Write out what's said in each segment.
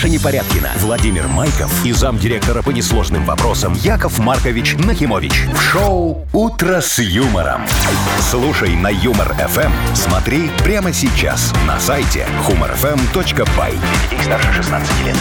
Маша Непорядкина, Владимир Майков и замдиректора по несложным вопросам Яков Маркович Нахимович. В шоу «Утро с юмором». Слушай на Юмор-ФМ. Смотри прямо сейчас на сайте humorfm.by. Для детей старше 16 лет.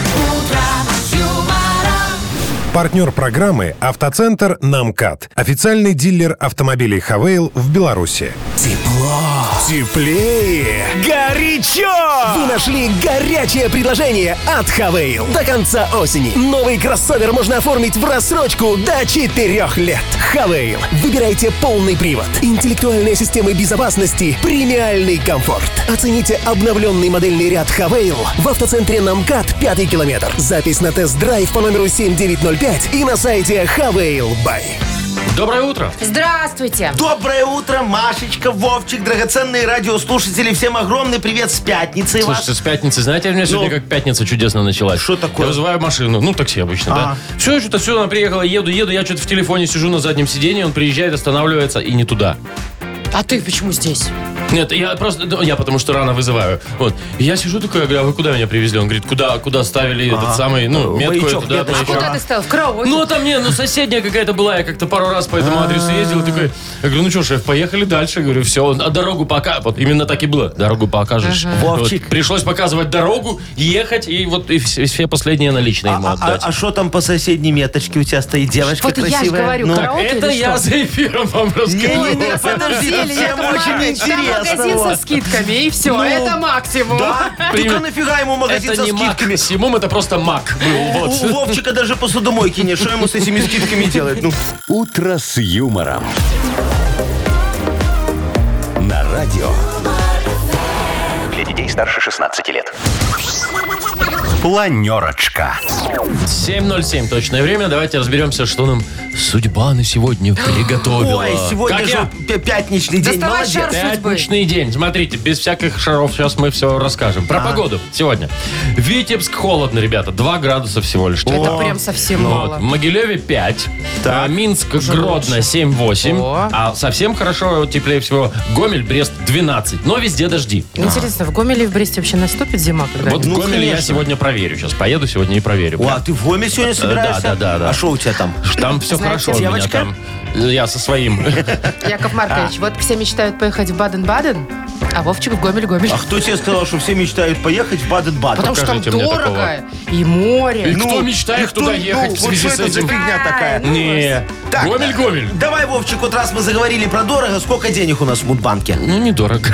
Партнер программы «Автоцентр Намкат». Официальный дилер автомобилей «Хавейл» в Беларуси. Тепло. Теплее. Горячо. Вы нашли горячее предложение от «Хавейл». До конца осени новый кроссовер можно оформить в рассрочку до 4 лет. «Хавейл». Выбирайте полный привод, интеллектуальные системы безопасности, премиальный комфорт. Оцените обновленный модельный ряд «Хавейл» в автоцентре Намкат, 5-й километр. Запись на тест-драйв по номеру 7905 и на сайте «Хавейл Бай». Доброе утро. Здравствуйте. Доброе утро, Машечка, Вовчик, драгоценные радиослушатели. Всем огромный привет с пятницей. Слушайте, с пятницы, знаете, у меня сегодня как пятница чудесно началась. Что такое? Я вызываю машину, ну, такси обычно, да. Все, что-то все, она приехала, еду, я что-то в телефоне сижу на заднем сиденье, он приезжает, останавливается и не туда. А ты почему здесь? Нет, я потому что рано вызываю. Вот. И я сижу такой, я говорю, а вы куда меня привезли? Он говорит, куда ставили этот самый, метку маячок, эту, да, меточку. маячок. Куда ты стоял? В караоке? Ну, там соседняя какая-то была, я как-то пару раз по этому адресу ездил, такой, я говорю, ну что, шеф, поехали дальше, я говорю, все, а дорогу пока, вот именно так и было, дорогу покажешь. Вовчик. Вот, пришлось показывать дорогу, ехать, и вот и все последние наличные ему отдать. А что там по соседней меточке у тебя стоит девочка Вот красивая? я же говорю, Ну. караоке Это или я что? за эфиром вам расскажу. Не-не-не, подожди, Деле, всем Яков очень Маркович, там магазин со интересно. скидками, и все, это максимум. Да? Только нафига ему магазин Это со не скидками? максимум, это просто мак был. У Вот. Вовчика даже посудомойки нет. Что ему с этими скидками делать? Ну, «Утро с юмором». На радио. Для детей старше 16 лет. Планерочка. 7:07 точное время. Давайте разберемся, что нам судьба на сегодня приготовила. ой, сегодня Как же я? пятничный день. Доставай Молодец. шар. Пятничный день. Смотрите, без всяких шаров сейчас мы все расскажем. Про погоду сегодня. Витебск холодно, ребята. 2 градуса всего лишь. Это прям совсем Вот. мало. В Могилеве 5. Так. Минск, Гродно 7-8. О. А совсем хорошо, теплее всего, Гомель, Брест 12. Но везде дожди. Интересно, в Гомеле и в Бресте вообще наступит зима когда-нибудь? Вот в Ну, Гомеле я конечно. сегодня проверю. Сейчас поеду сегодня и проверю. О, а ты в Гоме сегодня собираешься? да. А что у тебя там? Там все Знаете, хорошо у меня девочка? там. Я со своим. Яков Маркович, вот все мечтают поехать в Баден-Баден, а Вовчик в Гомель-Гомель. А кто тебе сказал, что все мечтают поехать в Баден-Баден? Потому что там покажите мне дорого, и море. И кто мечтает туда ехать в вот связи что с это за этим? фигня такая? Не. Так, Гомель-Гомель. Давай, Вовчик, вот раз мы заговорили про дорого, сколько денег у нас в Мудбанке? Ну, недорого.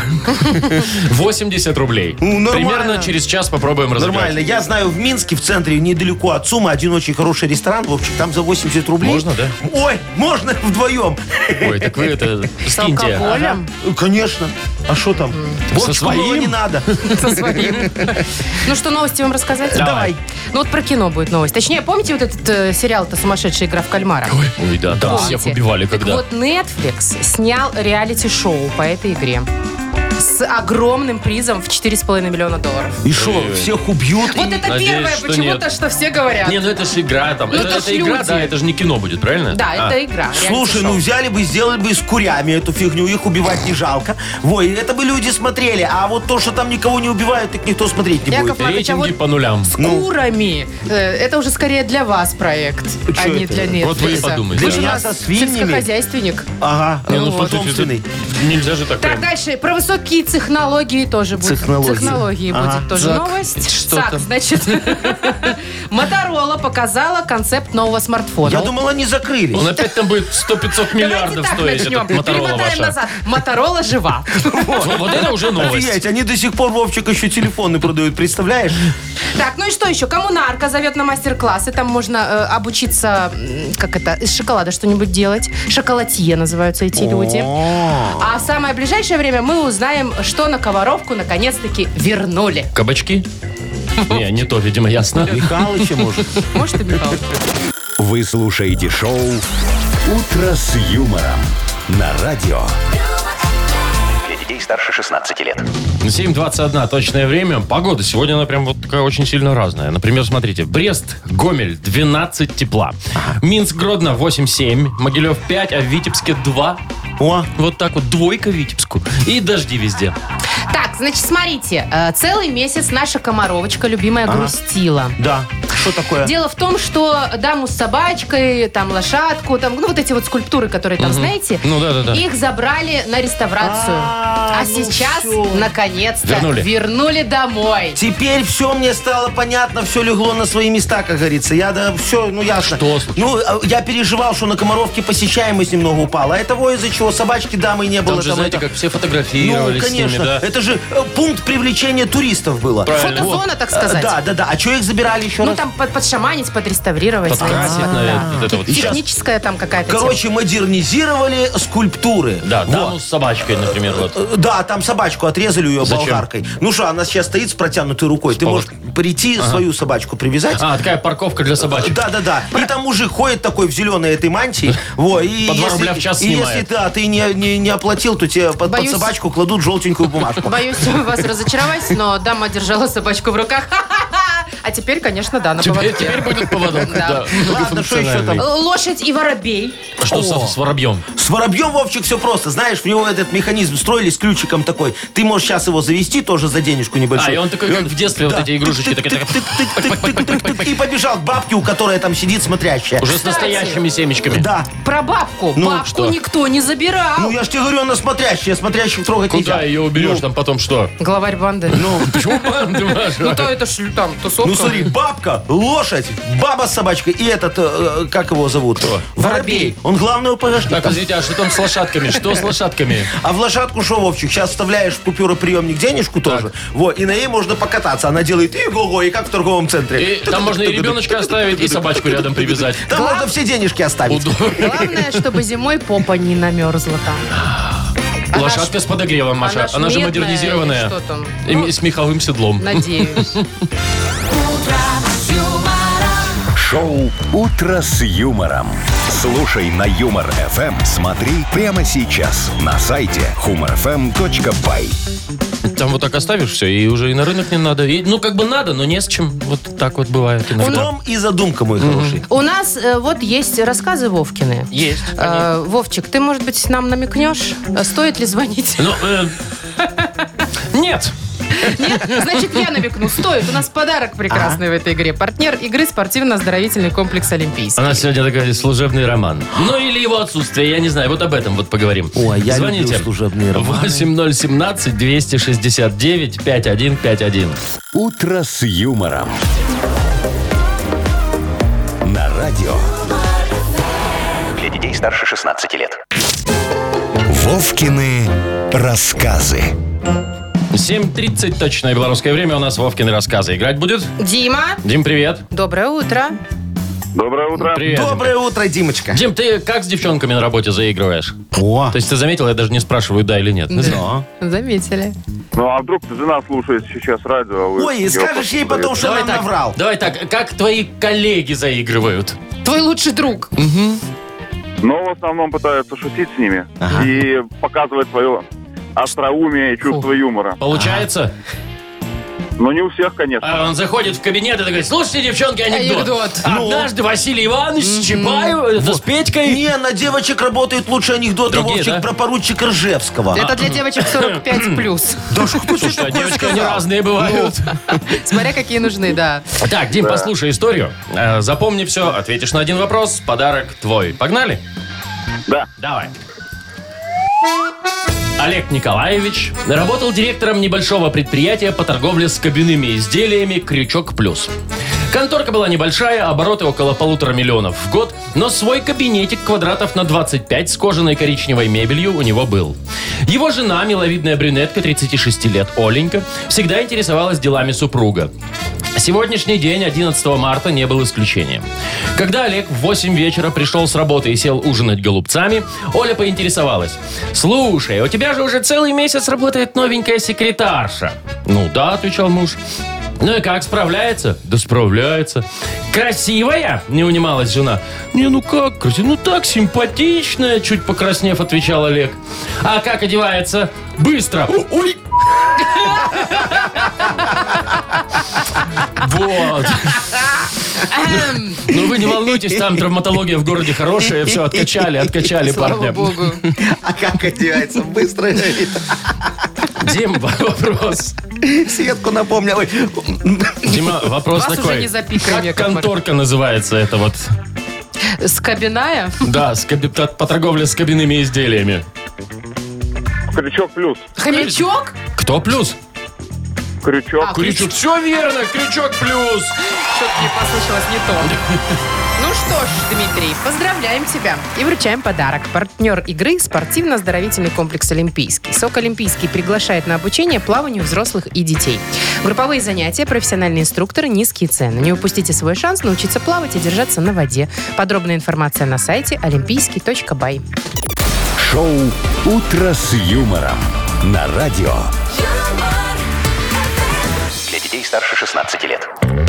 80 рублей. Ну, нормально. Примерно через час попробуем разыграть. Нормально. Я знаю, в Минске, в центре, недалеко от Сумы, один очень хороший ресторан, Вовчик, там за 80 рублей. Можно, да? Ой, можно вдвоем. Ой, так вы это С скиньте. алкоголем. Конечно. А что там? Вовчику своим? было не надо. Со своим. Ну что, новости вам рассказать? Давай. Ну вот про кино будет новость. Точнее, помните вот этот сериал-то «Сумасшедшая игра в кальмара»? Ой, да, там Помните? всех убивали Так когда. вот, Netflix снял реалити-шоу по этой игре с огромным призом в $4,5 миллиона. И что, всех убьют? Вот это Надеюсь, первое что почему-то, нет. что все говорят. Не, ну это же игра там. Ну, это это ж игра, люди. да, это же не кино будет, правильно? Да, А. это игра. Слушай, ну реалити-шоу. взяли бы, сделали бы с курями эту фигню, их убивать не жалко. Ой, это бы люди смотрели. А вот то, что там никого не убивают, так никто смотреть не Яков будет. Маркович, а Рейтинги вот по нулям. с курами. Это уже скорее для вас проект, а Чё не это? для Netflix. Вот вы и подумайте. Вы Для же у меня нас со свиньями? сельскохозяйственник. Ага, Не, ну, потомственный. Нельзя же так Так, прям. дальше. Про высокие технологии тоже будет. Технологии. будет Ага. тоже Так, новость. что Так, там? значит, Моторола показала концепт нового смартфона. Я думал, они закрылись. Он опять там будет 100-500 Давайте миллиардов так стоить, начнем. этот Моторола Перемотаем ваша. назад. Моторола жива. Вот это уже новость. Офигеть, они до сих пор, Вовчик, еще телефоны продают, представляешь? Так, ну и что еще? Коммунарка зовет на мастер-классы. Там можно обучиться, как это, из шоколада что-нибудь делать. Шоколадье называются эти люди. А в самое ближайшее время мы узнаем, что на Комаровку наконец-таки вернули. Кабачки? Не, не то, видимо, ясно. Михалыча, может. Может, и Михаил? Вы слушаете шоу «Утро с юмором» на радио. Для детей старше 16 лет. 7:21 точное время. Погода сегодня она прям вот такая очень сильно разная. Например, смотрите, Брест, Гомель 12 тепла. Минск, Гродно 8-7, Могилев 5, а в Витебске 2. О, Вот так вот, двойка Витебску. И дожди везде. Так, значит, смотрите. Целый месяц наша комаровочка любимая грустила. Да. Что такое? Дело в том, что даму с собачкой, там лошадку, там, ну вот эти вот скульптуры, которые там, знаете, Ну, да. их забрали на реставрацию. А ну сейчас, всё. наконец-то, Вернули. вернули домой. Теперь все мне стало понятно, все легло на свои места, как говорится. Все, ясно. Что случилось? Ну, я переживал, что на Комаровке посещаемость немного упала. А это из-за чего собачки дамы не было. Там же, знаете, как все фотографировались с ними, конечно. да? Это же пункт привлечения туристов было. Правильно. Фотозона, так сказать. Да. А что их забирали еще Ну, раз? там подшаманить, подреставрировать. Подкрасить, знаете, наверное, вот это вот. Техническая там какая-то тема. Короче, модернизировали скульптуры. Да, Вот. даму с собачкой, например, вот. Да, там собачку отрезали ее Зачем? болгаркой. Ну что, она сейчас стоит с протянутой рукой. Ты можешь прийти, свою собачку привязать. А, такая парковка для собачек. Да. И там мужик ходит такой в зеленой этой мантии. Во, и По 2 если- рубля в час И снимает. если ты не оплатил, то тебе под Боюсь. собачку кладут желтенькую бумажку. Боюсь вас разочаровать, но дама держала собачку в руках. А теперь, конечно, да, на поводке. Теперь будет поводок. Да. Да, Ладно, что еще там? Лошадь и воробей. Что с воробьем? С воробьем, Вовчик, все просто. Знаешь, в него этот механизм строили с ключиком такой. Ты можешь сейчас его завести тоже за денежку небольшую. И он такой, как в детстве, вот эти игрушечки. И побежал к бабке, у которой там сидит смотрящая. Уже с настоящими семечками. Да. Про бабку. Ну, Бабку что? никто не забирал. Ну, я ж тебе говорю, она смотрящая. Смотрящих трогать нельзя. Куда ее уберешь? Там потом что? Главарь банды. Почему банды, Маша? Ну, то это ж там тусовка. Ну смотри, бабка, лошадь, баба с собачкой и этот, как его зовут? Воробей. Он главный упряжник. Так, извините, а что там с лошадками? Что с лошадками? А в лошадку что, Вовчик, сейчас вставляешь в купюроприемник денежку тоже. Вот, и на ней можно покататься. Она делает и-го-го, и как в торговом центре. И там можно и ребеночка оставить, и собачку рядом привязать. Там можно все денежки оставить. Главное, чтобы зимой попа не намерзла там. Лошадка с подогревом, Маша. Она же медная, модернизированная. что там? И с меховым седлом. Надеюсь. Шоу «Утро с юмором». Слушай на Юмор ФМ. Смотри прямо сейчас на сайте humorfm.by. Там вот так оставишь все, и уже и на рынок не надо. Ну, как бы надо, но не с чем. Вот так вот бывает В иногда. том и задумка, мой хороший. У нас вот есть рассказы Вовкины. Есть. Вовчик, ты, может быть, нам намекнешь, стоит ли звонить? Ну, нет. Нет? Значит, я намекну. Стоит. У нас подарок прекрасный в этой игре. Партнер игры спортивно-оздоровительный комплекс «Олимпийский». У нас сегодня такой служебный роман. Ну, или его отсутствие, я не знаю. Вот об этом вот поговорим. Ой, я Звоните. люблю служебные романы. 8017-269-5151. «Утро с юмором». На радио. Для детей старше 16 лет. Вовкины рассказы. 7:30 точное белорусское время. У нас Вовкины рассказы. Играть будет? Дима, Дим, привет. доброе утро. Доброе утро. Привет. Доброе утро, Димочка. Дим, ты как с девчонками на работе заигрываешь? О, То есть ты заметил, я даже не спрашиваю, да или нет. Заметили. Ну, а вдруг жена слушает сейчас радио, а вы... Ой, и скажешь ей потом, что Давай нам так, наврал. давай так, как твои коллеги заигрывают? Твой лучший друг. Но в основном пытаются шутить с ними и показывать свое остроумие и чувство юмора. Получается? Но не у всех, конечно. А он заходит в кабинет и такой: слушайте, девчонки, анекдот. Анекдот. Однажды Василий Иванович с Чапаевым, это с Петькой. Не, на девочек работают лучше анекдоты, Другие, Вовчик, да? про поручика Ржевского. Это для девочек 45+. Да что ты Слушай, а такое девочки, они сказал? разные бывают. Смотря какие нужны, да. Так, Дим, послушай историю. Запомни все, ответишь на один вопрос, подарок твой. Погнали? Да. Давай. Олег Николаевич работал директором небольшого предприятия по торговле с кабинными изделиями «Крючок Плюс». Конторка была небольшая, обороты около 1,5 миллиона в год, но свой кабинетик квадратов на 25 с кожаной коричневой мебелью у него был. Его жена, миловидная брюнетка 36 лет, Оленька, всегда интересовалась делами супруга. Сегодняшний день, 11 марта, не был исключением. Когда Олег в 8 вечера пришел с работы и сел ужинать голубцами, Оля поинтересовалась: «Слушай, у тебя же уже целый месяц работает новенькая секретарша». «Ну да», — отвечал муж. «Ну и как, справляется?» «Да справляется». «Красивая?» — не унималась жена. «Не, ну как красивая? Ну так, симпатичная», — чуть покраснев, отвечал Олег. «А как одевается?» «Быстро». «Ой!» Вот. Ну вы не волнуйтесь, там травматология в городе хорошая, все, откачали Слава парня. богу. А как одевается? Быстро говорит. Дим, вопрос. Светку напомнил. Ой, Дима, вопрос Вас уже такой. не запикаем, Как Яков Маркович. конторка называется это вот? Скобяная? Да, по торговле с кабинными изделиями. Крючок плюс. Хомячок? Кто плюс? Крючок. Крючок. Все верно, крючок плюс. Что-то мне послышалось не то. Ну что ж, Дмитрий, поздравляем тебя и вручаем подарок. Партнер игры – спортивно-оздоровительный комплекс «Олимпийский». СОК «Олимпийский» приглашает на обучение плаванию взрослых и детей. Групповые занятия, профессиональные инструкторы, низкие цены. Не упустите свой шанс научиться плавать и держаться на воде. Подробная информация на сайте олимпийский.бай. Шоу «Утро с юмором» на радио. Для детей старше 16 лет.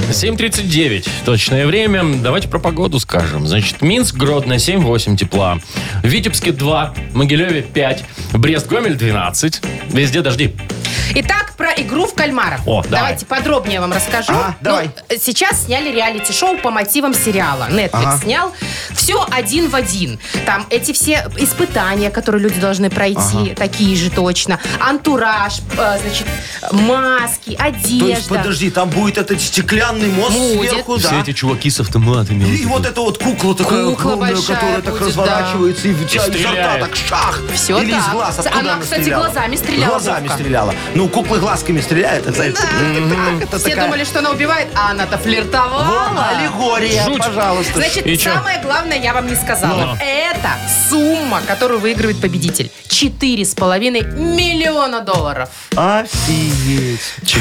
7:39. Точное время. Давайте про погоду скажем. Значит, Минск, Гродно 7-8 тепла. В Витебске 2, в Могилеве 5, Брест, Гомель 12. Везде дожди. Итак, про игру в кальмара. О, Давайте подробнее вам расскажу. Давай. Сейчас сняли реалити-шоу по мотивам сериала. Netflix снял. Все один в один. Там эти все испытания, которые люди должны пройти, такие же точно. Антураж, значит, маски, одежда. То есть, подожди, там будет этот стеклянный мост Будет. сверху, Все да? эти чуваки с автоматами. И вот эта вот кукла такая Кукла огромная, большая которая так будет, разворачивается и изо рта стреляет. так шах. Всё Или из так. глаз. Откуда Она, кстати, стреляла? глазами стреляла, Глазами Вовка. стреляла. Ну, куклы глазками стреляют. Так, знаете, это Все такая- думали, что она убивает, а она-то флиртовала. Во, аллегория, Жуть. пожалуйста. Значит, И чё? самое главное я вам не сказала. Ну. Это сумма, которую выигрывает победитель. 4,5 миллиона долларов. Офигеть.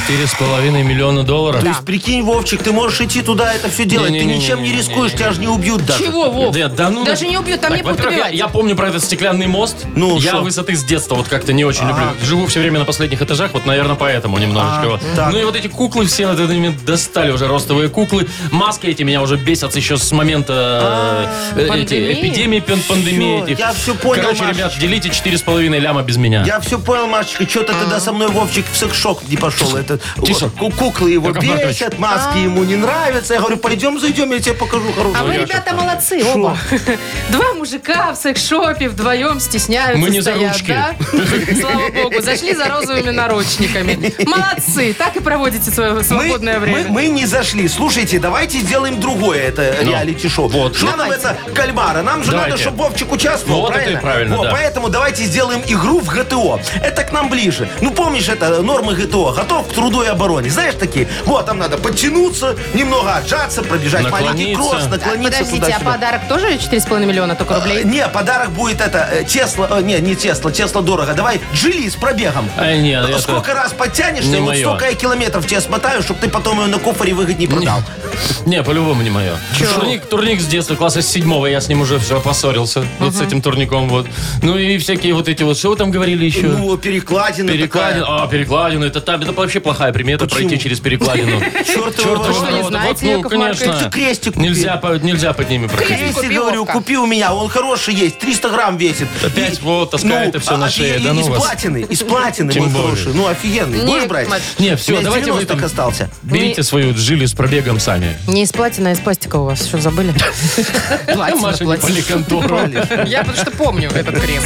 4,5 миллиона долларов. То есть, прикинь, Вовчик, ты можешь идти туда, это все делать. Ты Не-не-не-не-не-не-не. ничем не рискуешь, тебя же не убьют даже. Чего, Вов? Да ну, Даже не убьют, там Так, не будут во-первых, убивать. я помню про этот стеклянный мост. Ну, я шо? высоты с детства вот как-то не очень люблю. Живу все время на последних этажах, вот, наверное, поэтому немножечко. Вот. так. Ну и вот эти куклы все, вот это меня достали уже, ростовые куклы. Маски эти меня уже бесят еще с момента Пандемии? эпидемии, пандемии Всё, этих. я всё понял, Короче, Маш. ребят, делите 4,5 ляма без меня. Я все понял, Машечка, что-то тогда со мной Вовчик в секс-шок не пошел. Это Тише. куклы его Яков Маркович. бесят, маски ему не нравятся. Я говорю, пойдем зайдем, я тебе покажу хорошую. А вы, ребята, молодцы оба. Два мужика в секс-шопе вдвоем стесняются. Мы не за стоят, ручки. да? Слава богу, зашли за розовыми наручниками. Молодцы, так и проводите свое свободное время. Мы не зашли. Слушайте, давайте сделаем другое это Ну, реалити-шоу. вот. Что нам это кальмара? Нам же Давайте. надо, чтобы Вовчик участвовал, Вот это правильно? и правильно, Вот, да. поэтому давайте сделаем игру в ГТО. Это к нам ближе. Ну, помнишь, это нормы ГТО. Готов к труду и обороне. Знаешь такие? Вот, там надо подтянуться, немного отжаться, пробежать маленький Наклониться. кросс, наклониться Подождите, а туда-сюда. подарок тоже 4,5 миллиона только рублей? Не, подарок будет это, Тесла, не Тесла, Тесла дорого. Давай, Джили с пробегом. Нет, это Сколько раз подтянешься, не вот мое. столько я километров тебе смотаю, чтобы ты потом ее на кофре выгоднее продал. Не, по-любому не мое. Турник с детства, класса с 7-го, я с ним уже все поссорился. Вот с этим турником вот. Ну и всякие вот эти вот, что вы там говорили еще? Ну, перекладина такая. Перекладину. Это вообще плохая примета, Почему? пройти через перекладину. Чёртова Что, не ворота. знаете, ну, Яков Маркович? конечно. Ты крестик купи. Нельзя под ними проходить. Крестик. Если, Купи, говорю, Вовка. купи у меня, он хороший есть, 300 грамм весит. Опять И- вот таскает это все на шее, да ну из вас. платины, Тем мой более. хороший. Ну, офигенный. Не, Будешь брать? Маш, Не, У все, меня давайте вы 90 там остался. берите свою Джили с пробегом сами. Не из платина, а из пластика у вас. Что, забыли? Платина, Маша, не платина. пали контору. Я потому что помню этот крест.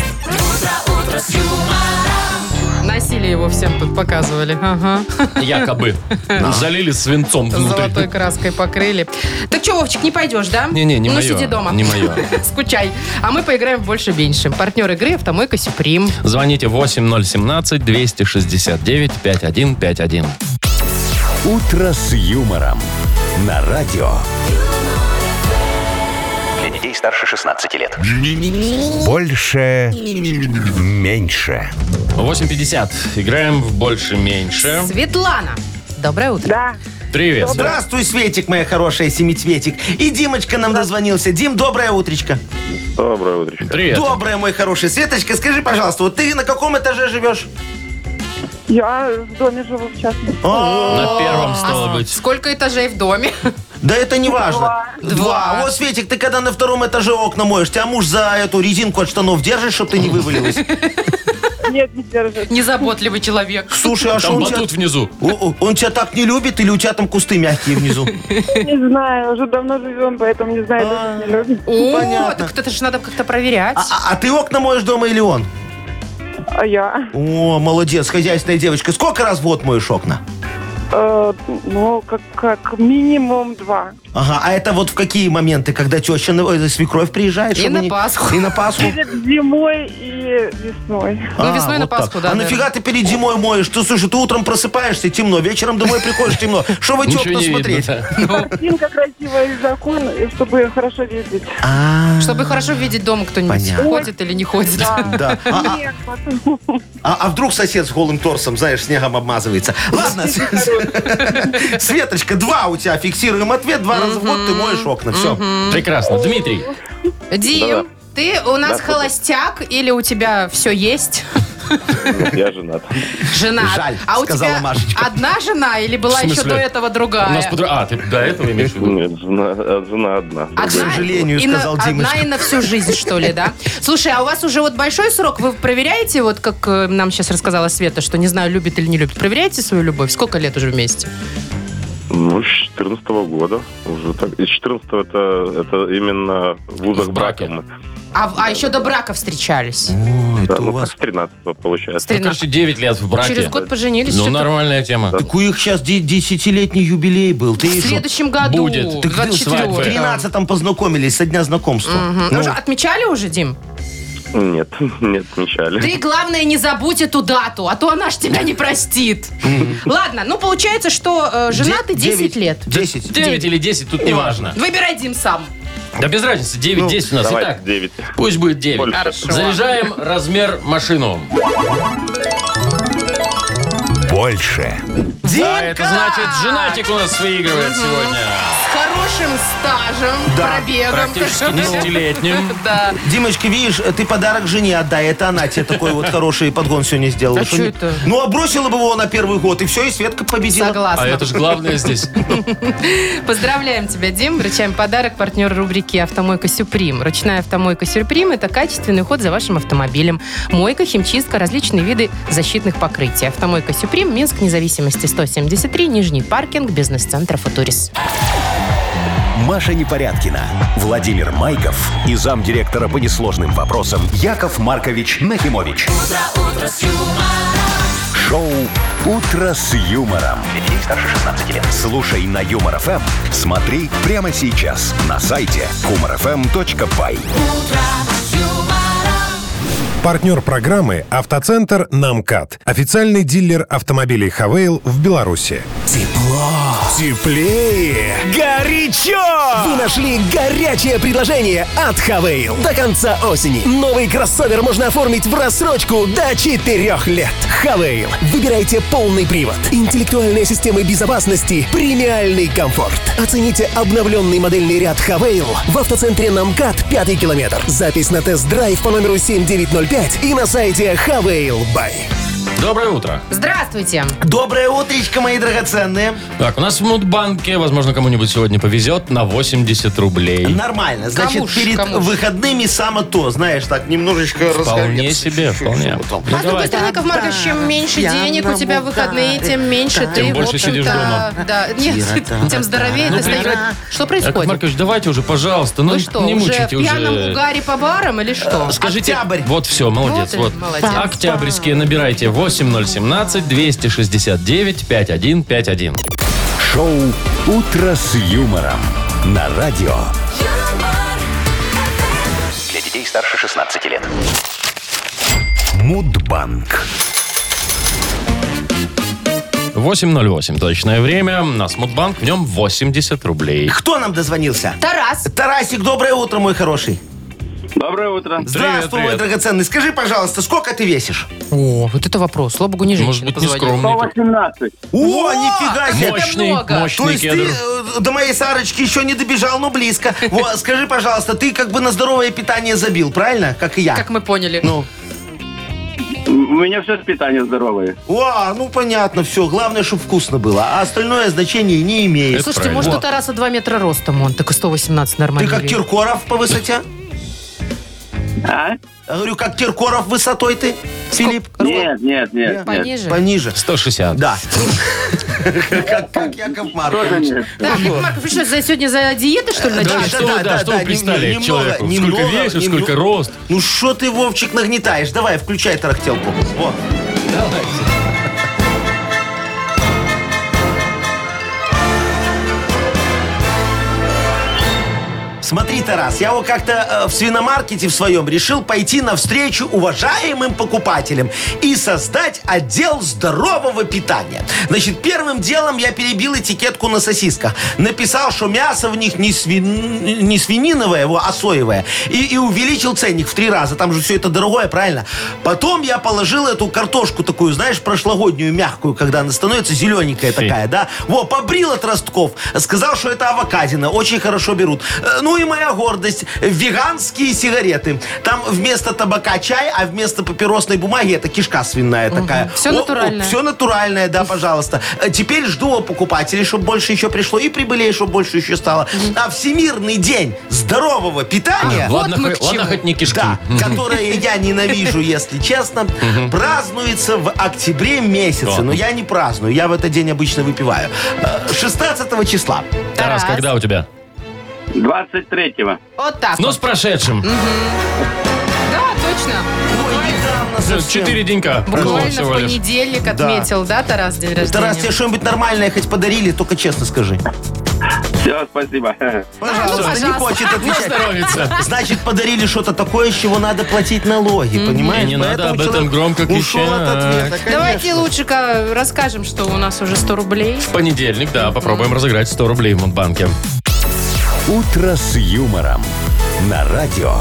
Носили его всем тут, показывали. Ага. Якобы. Залили свинцом Золотой внутрь. краской покрыли. Так что, Вовчик, не пойдешь, да? Не-не, не ну, мое. сиди дома. Не мое. Скучай. А мы поиграем в больше-меньше. Партнер игры «Автомойка Сюприм». Звоните 8017-269-5151. «Утро с юмором» на радио. Для детей старше 16 лет. Больше. Меньше. 8:50. Играем в больше-меньше. Светлана. Доброе утро. Да. Привет. Здравствуй, Светик, моя хорошая, семицветик. И Димочка нам дозвонился. Дим, доброе утречко. Доброе утречко. Привет. Доброе, мой хороший. Светочка, скажи, пожалуйста, вот ты на каком этаже живешь? Я в доме живу, в частности. На первом стало быть. Сколько этажей в доме? Да это не важно. Два. Вот, Светик, ты когда на втором этаже окна моешь, тебя муж за эту резинку от штанов держит, чтобы ты не вывалилась? Нет, не держит. Незаботливый человек. Слушай, а что Там он тебя... батут внизу. Он тебя так не любит, или у тебя там кусты мягкие внизу? Не знаю, уже давно живем, поэтому не знаю, любит, не любит. О, Понятно. так это же надо как-то проверять. А ты окна моешь дома или он? А я? О, молодец, хозяйственная девочка. Сколько раз в год моешь окна? Ну, как минимум 2. Ага, а это вот в какие моменты, когда теща, свекровь приезжает? И чтобы на Пасху. И на Пасху. Перед зимой и весной. Ну, весной на вот так. Пасху, да. А нафига ты перед зимой моешь? Ты, слушай, ты утром просыпаешься, темно, вечером домой приходишь, темно. Что в эти Ничего окна не смотреть? видно, да. Картинка красивая из окон, чтобы хорошо видеть. Чтобы хорошо видеть дома кто-нибудь. Понятно. Ходит или не ходит. Да. Снег потом. А вдруг сосед с голым торсом, знаешь, снегом обмазывается? Ладно, Светочка, 2 у тебя, фиксируем ответ. 2 раза в год ты моешь окна. Все. Прекрасно. Дмитрий. Дим, ты у нас холостяк или у тебя все есть? Я женат. Жена. Жаль, а у сказала тебя Машечка. одна жена или была В смысле? еще до этого другая? У нас ты до этого имеешь в виду? Нет, жена одна. Одна, К сожалению, и на- сказал одна Димочка. и на всю жизнь, что ли, да? Слушай, а у вас уже вот большой срок? Вы проверяете, вот как нам сейчас рассказала Света, что не знаю, любит или не любит. Проверяете свою любовь? Сколько лет уже вместе? Ну, с 14-го года. Уже так. Из 14-го это именно в узах В браке. брака мы. А еще до брака встречались? Да, Это у ну, вас... как с 13-го получается. С 13. Короче, 9 лет в браке. Через год поженились? Ну, что-то? нормальная тема. Так у них сейчас 10-летний юбилей был. Ты В что? следующем году. Будет. Так ты в 24-го. 13-м познакомились со дня знакомства. Ну, уже отмечали уже, Дим? Нет, не отмечали. Ты, главное, не забудь эту дату, а то она ж тебя не простит. Ладно, ну получается, что женаты 10 лет. 10. 9 или 10, тут не важно. Выбирай, Дим, сам. Да без разницы, 9-10 у нас. Давайте Итак, 9. пусть будет 9. Больше. Хорошо. Заряжаем размер машину. Больше. Да, это значит, женатик у нас выигрывает сегодня. С хорошим стажем, Да, пробегом. Практически 10-летним. Да. Димочка, видишь, ты подарок жене отдай. Это она тебе такой вот хороший подгон сегодня сделала. А Что чё не- это? Ну, а бросила бы его на первый год, и все, и Светка победила. Согласна. А это же главное здесь. Поздравляем тебя, Дим. Вручаем подарок партнер рубрики «Автомойка Сюприм». Ручная автомойка Сюприм – это качественный уход за вашим автомобилем. Мойка, химчистка, различные виды защитных покрытий. Автомойка Сюприм, Минск, независимости 173, Нижний паркинг, бизнес-центр «Футурис». Маша Непорядкина, Владимир Майков и замдиректора по несложным вопросам Яков Маркович Нахимович. Шоу «Утро с юмором». Для детей старше 16 лет. Слушай на Юмор ФМ. Смотри прямо сейчас на сайте humorfm.by. Партнер программы «Автоцентр Намкат». Официальный дилер автомобилей «Хавейл» в Беларуси. Тепло, теплее, горячо! Вы нашли горячее предложение от Хавейл. До конца осени новый кроссовер можно оформить в рассрочку до 4 лет. Хавейл. Выбирайте полный привод, интеллектуальные системы безопасности, премиальный комфорт. Оцените обновленный модельный ряд Хавейл в автоцентре Намкат 5 километр. Запись на тест-драйв по номеру 7905 и на сайте Хавейл Бай. Доброе утро. Здравствуйте. Доброе утречко, мои драгоценные. Так, у нас в Мудбанке, возможно, кому-нибудь сегодня повезет, на 80 рублей. Нормально. Значит, Кому ж, перед кому ж? выходными само то, знаешь, так немножечко Вполне разгоняться. себе, вполне. А с другой стороны, Яков Маркович, чем меньше денег у тебя в выходные, тем меньше ты, Тем в больше сидишь общем-то, дома. да, нет, тем здоровее ты стоишь. Что Яков происходит? Маркович, давайте уже, пожалуйста, ну Вы что, не уже в мучайте пьяном уже. угаре по барам или что? Скажите, Октябрь. вот все, молодец. Вот Вот, и молодец. Октябрьские набирайте 8017-269-5151. Шоу «Утро с юмором» на радио. Для детей старше 16 лет. Мудбанк. 8:08 точное время. У нас Мудбанк, в нем 80 рублей. Кто нам дозвонился? Тарас. Тарасик, доброе утро, мой хороший. Доброе утро. Здравствуй, мой привет. драгоценный. Скажи, пожалуйста, сколько ты весишь? О, вот это вопрос. Слава богу, не женщина Может быть, не позвонила. скромный. 118. О, нифига себе. Мощный, много. То мощный есть ты кедр. до моей Сарочки еще не добежал, но близко. Вот, скажи, пожалуйста, ты как бы на здоровое питание забил, правильно? Как и я. Как мы поняли. Ну. У меня все питание здоровое. О, ну понятно, все. Главное, чтобы вкусно было. А остальное значение не имеет. Это Слушайте, правильно. может, у Тараса 2 метра ростом он, так и 118 Ты нормально. как весит. Киркоров по высоте? А? Я говорю, как Киркоров высотой ты, Филипп? Нет. Пониже? Пониже. 160. Да. Как Яков Маркович. Тоже нет. Так, Яков Маркович, вы что, сегодня за диеты, что ли, Да, начали? что вы представили человеку? Сколько весишь, сколько рост? Ну что ты, Вовчик, нагнетаешь? Давай, включай тарахтелку. Вот. Давайте. Смотри, Тарас, я вот как-то в свиномаркете в своем решил пойти навстречу уважаемым покупателям и создать отдел здорового питания. Значит, первым делом я перебил этикетку на сосисках. Написал, что мясо в них не свининовое, а соевое. И увеличил ценник в 3 раза. Там же все это дорогое, правильно? Потом я положил эту картошку такую, знаешь, прошлогоднюю, мягкую, когда она становится зелененькая такая, да? Во, побрил от ростков. Сказал, что это авокадина. Очень хорошо берут. Ну и моя гордость. Веганские сигареты. Там вместо табака чай, а вместо папиросной бумаги это кишка свиная такая. Все натуральное. Все натуральное, да, пожалуйста. Теперь жду покупателей, чтобы больше еще пришло, и прибылей, чтобы больше еще стало. А Всемирный день здорового питания... Ладно, мы к чему. ладно, хоть не кишки. Да, которое я ненавижу, если честно, празднуется в октябре месяце. Но я не праздную, я в этот день обычно выпиваю. 16 числа. Тарас, когда у тебя? 23-го. Вот так Ну, вот. с прошедшим. Да, точно. Недавно совсем. 4 денька прошло Буквально в всего лишь. понедельник отметил, да, Тарас, день рождения? Тарас, тебе что-нибудь нормальное хоть подарили, только честно скажи. Все, спасибо. Пожалуйста, не хочет Ну, отвечать. здоровится. Значит, подарили что-то такое, с чего надо платить налоги, понимаешь? И не надо Поэтому об этом человек громко ушел от ответа, кричать. Давайте конечно. лучше расскажем, что у нас уже 100 рублей. В понедельник, да, попробуем разыграть 100 рублей в Мудбанке. «Утро с юмором» на радио.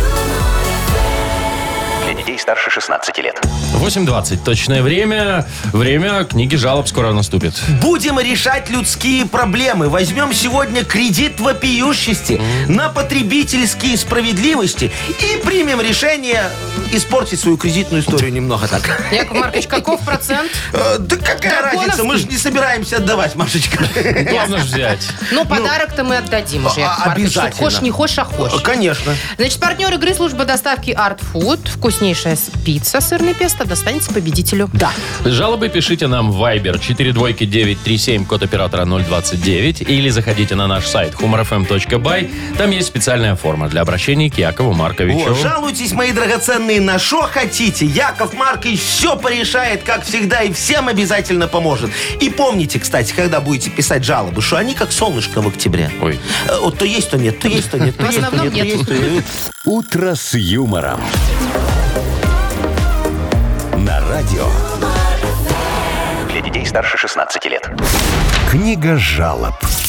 Для детей старше 16 лет. 8:20 точное время. Время книги жалоб скоро наступит. Будем решать людские проблемы. Возьмем сегодня кредит вопиющести на потребительские справедливости и примем решение испортить свою кредитную историю немного так. Яков Маркович, каков процент? Да какая разница? Мы же не собираемся отдавать, Машечка. Главное ж взять. Ну, подарок-то мы отдадим уже, Яков Маркович. Обязательно. Хочешь, не хочешь, а хочешь. Конечно. Значит, партнер игры служба доставки Art Food. Вкуснейшая пицца, сырный песто достанется победителю. Да. Жалобы пишите нам в Viber 42937, код оператора 029, или заходите на наш сайт humorfm.by. Там есть специальная форма для обращения к Якову Марковичу. Вот, жалуйтесь, мои драгоценные, на что хотите. Яков Маркович все порешает, как всегда, и всем обязательно поможет. И помните, кстати, когда будете писать жалобы, что они как солнышко в октябре. Ой. Вот то есть, то нет, то есть, то нет, то В есть, то основном нет, то нет. есть, то нет. «Утро с юмором» на радио. Для детей старше 16 лет. Книга жалоб.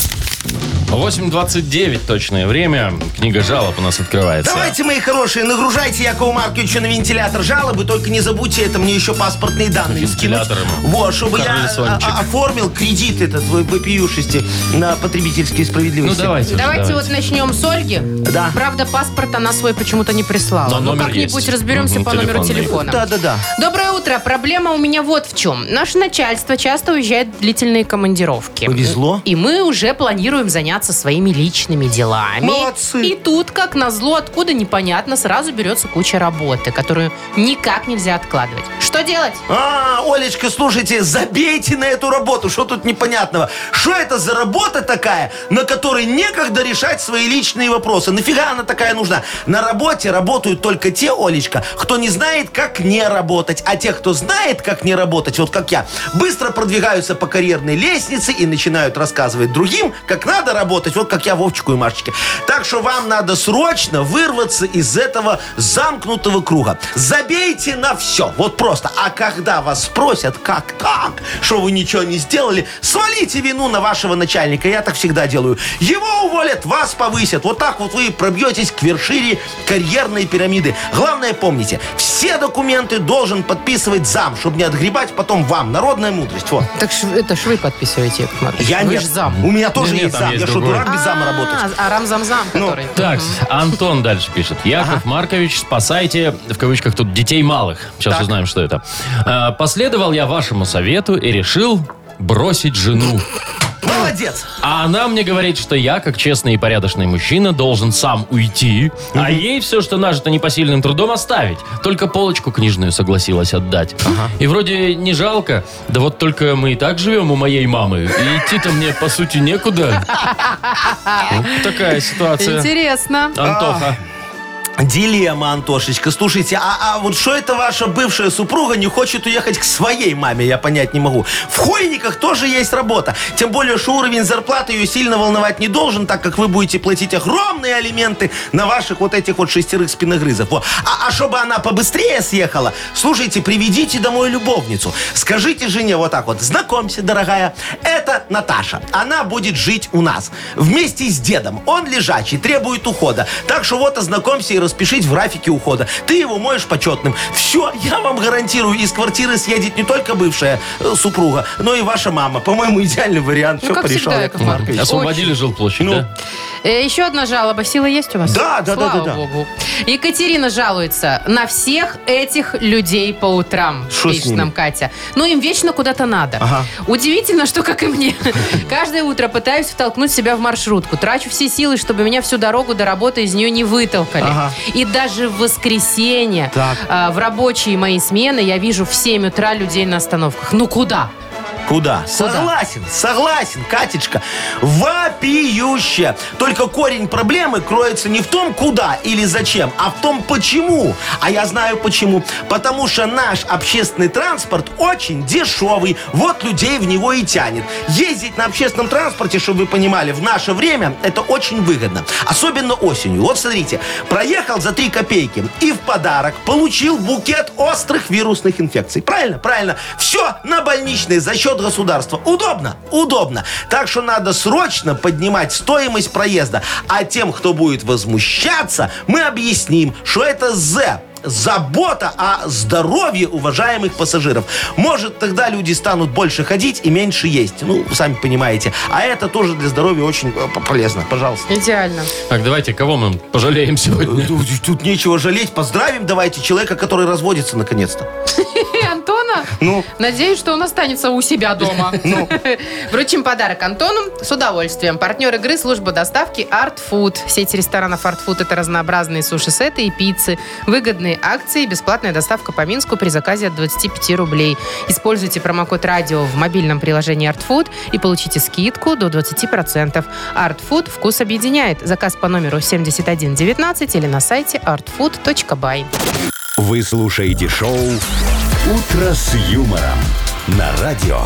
8:29 точное время. Книга жалоб у нас открывается. Давайте, мои хорошие, нагружайте Якову Марковичу на вентилятор жалобы, только не забудьте это мне еще паспортные данные скинуть. Вентилятор ему. Вот, чтобы я Карлсончик. оформил кредит этот вопиющести на потребительские Ну, справедливости. давайте. Давайте вот начнем с Ольги. Да. Правда, паспорт она свой почему-то не прислала. Но номер как-нибудь есть. разберемся по номеру Телефонный. телефона. Да. Доброе утро. Проблема у меня вот в чем. Наше начальство часто уезжает в длительные командировки. Повезло. И мы уже планируем заняться своими личными делами. Молодцы. И тут, как назло, откуда непонятно, сразу берется куча работы, которую никак нельзя откладывать. Что делать? Олечка, слушайте, забейте на эту работу. Что тут непонятного? Что это за работа такая, на которой некогда решать свои личные вопросы? Нафига она такая нужна? На работе работают только те, Олечка, кто не знает, как не работать. А те, кто знает, как не работать, вот как я, быстро продвигаются по карьерной лестнице и начинают рассказывать другим, как надо работать. Вот как я Вовчику и Машечке. Так что вам надо срочно вырваться из этого замкнутого круга. Забейте на все. Вот просто. А когда вас спросят, как так, что вы ничего не сделали, свалите вину на вашего начальника. Я так всегда делаю. Его уволят, вас повысят. Вот так вот вы пробьетесь к вершине карьерной пирамиды. Главное, помните, все документы должен подписывать зам, чтобы не отгребать потом вам. Народная мудрость. Вот. Так это ж вы подписываете, Яков Маркович. Я Вы нет. ж зам. У меня тоже Нет, есть там зам. есть Я что, другой. дурак без зама работать? А Рамзамзам, который. Так, Антон дальше пишет. Яков Маркович, спасайте, в кавычках, тут детей малых. Сейчас Так. узнаем, что это. Последовал я вашему совету и решил бросить жену. Молодец. А она мне говорит, что я, как честный и порядочный мужчина, должен сам уйти, а ей все, что нажито непосильным трудом, оставить. Только полочку книжную согласилась отдать. И вроде не жалко, да вот только мы и так живем у моей мамы, и идти-то мне, по сути, некуда. Вот такая ситуация. Интересно. Антоха. Дилемма, Антошечка. Слушайте, а вот что это ваша бывшая супруга не хочет уехать к своей маме, я понять не могу. В Хойниках тоже есть работа. Тем более, что уровень зарплаты ее сильно волновать не должен, так как вы будете платить огромные алименты на ваших вот этих вот 6 спиногрызов. Во. А чтобы она побыстрее съехала, слушайте, приведите домой любовницу. Скажите жене вот так вот: знакомься, дорогая, это Наташа. Она будет жить у нас. Вместе с дедом. Он лежачий, требует ухода. Так что вот ознакомься и распишись в графике ухода. Ты его моешь почетным. Все, я вам гарантирую, из квартиры съедет не только бывшая супруга, но и ваша мама. По-моему, идеальный вариант. Все как порешал, всегда, Яков Яков Маркович. Освободили жилплощадь, да? Еще одна жалоба. Сила есть у вас? Да. Слава богу. Екатерина жалуется на всех этих людей по утрам. Шо с Пишет ними? нам Катя. Ну, им вечно куда-то надо. Ага. Удивительно, что, как и мне, каждое утро пытаюсь втолкнуть себя в маршрутку. Трачу все силы, чтобы меня всю дорогу до работы из нее не вытолкали. Ага. И даже в воскресенье, в рабочие мои смены, я вижу в 7 утра людей на остановках. Ну, куда? Куда? Согласен, Катечка. Вопиюще. Только корень проблемы кроется не в том, куда или зачем, а в том, почему. А я знаю почему. Потому что наш общественный транспорт очень дешевый. Вот людей в него и тянет. Ездить на общественном транспорте, чтобы вы понимали, в наше время это очень выгодно. Особенно осенью. Вот смотрите, проехал за 3 копейки и в подарок получил букет острых вирусных инфекций. Правильно? Правильно. Все на больничный за счет государства. Удобно? Удобно. Так что надо срочно поднимать стоимость проезда. А тем, кто будет возмущаться, мы объясним, что это забота о здоровье уважаемых пассажиров. Может, тогда люди станут больше ходить и меньше есть. Ну, вы сами понимаете. А это тоже для здоровья очень полезно. Пожалуйста. Идеально. Так, давайте, кого мы пожалеем сегодня? Тут нечего жалеть. Поздравим давайте человека, который разводится наконец-то. Антона? Ну? Надеюсь, что он останется у себя дома. Вручим подарок Антону с удовольствием. Партнер игры — служба доставки Art Food. Сеть ресторанов Art Food — это разнообразные суши-сеты и пиццы. Выгодные акции, бесплатная доставка по Минску при заказе от 25 рублей. Используйте промокод «Радио» в мобильном приложении Art Food и получите скидку до 20%. Art Food — вкус объединяет. Заказ по номеру 7119 или на сайте artfood.by. Вы слушаете шоу «Утро с юмором» на радио.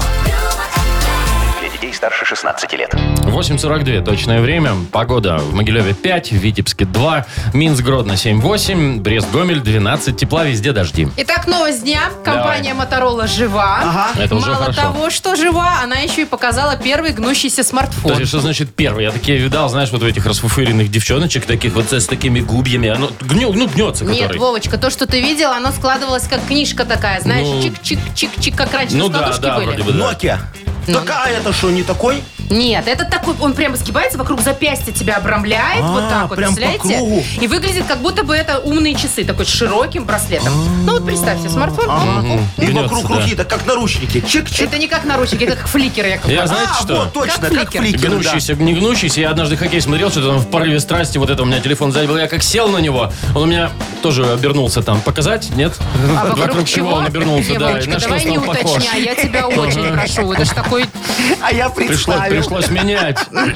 Для детей старше 16 лет. 8:42 точное время. Погода в Могилеве 5, в Витебске 2, Минск, Гродно 7-8, Брест, Гомель 12, тепла везде, дожди. Итак, новость дня. Компания Motorola жива. Это уже Мало хорошо. того, что жива, она еще и показала первый гнущийся смартфон. Подожди, что значит первый? Я такие видал, знаешь, вот у этих расфуфыренных девчоночек, таких вот с такими губьями. Оно гнется, Нет, который. Вовочка, то, что ты видел, оно складывалось как книжка такая, знаешь, Ну, чик-чик-чик-чик, как раньше Ну раскладушки да, были. вроде бы да. Nokia. Такая это что, не такой? Нет, это такой, он прямо сгибается, вокруг запястья тебя обрамляет, вот так вот, прям по представляете? кругу. И выглядит, как будто бы это умные часы, такой с широким браслетом. Ну вот представьте, смартфон. И Гнется, вокруг да. руки, так как наручники. Чик-чик. Это не как наручники, это как фликеры, Яков Я Маркович. знаете что? вот точно, Как как фликер. фликер. Гнущийся, не гнущийся. Я однажды хоккей смотрел, что-то там в порыве страсти, вот это у меня телефон сзади был. Я как сел на него, он у меня тоже обернулся там. Показать? Нет? А вокруг чего он обернулся, да. Вовочка, На что давай не стал похож? уточняй, я тебя очень прошу. Это ж такой... А я представил. Пришлось менять.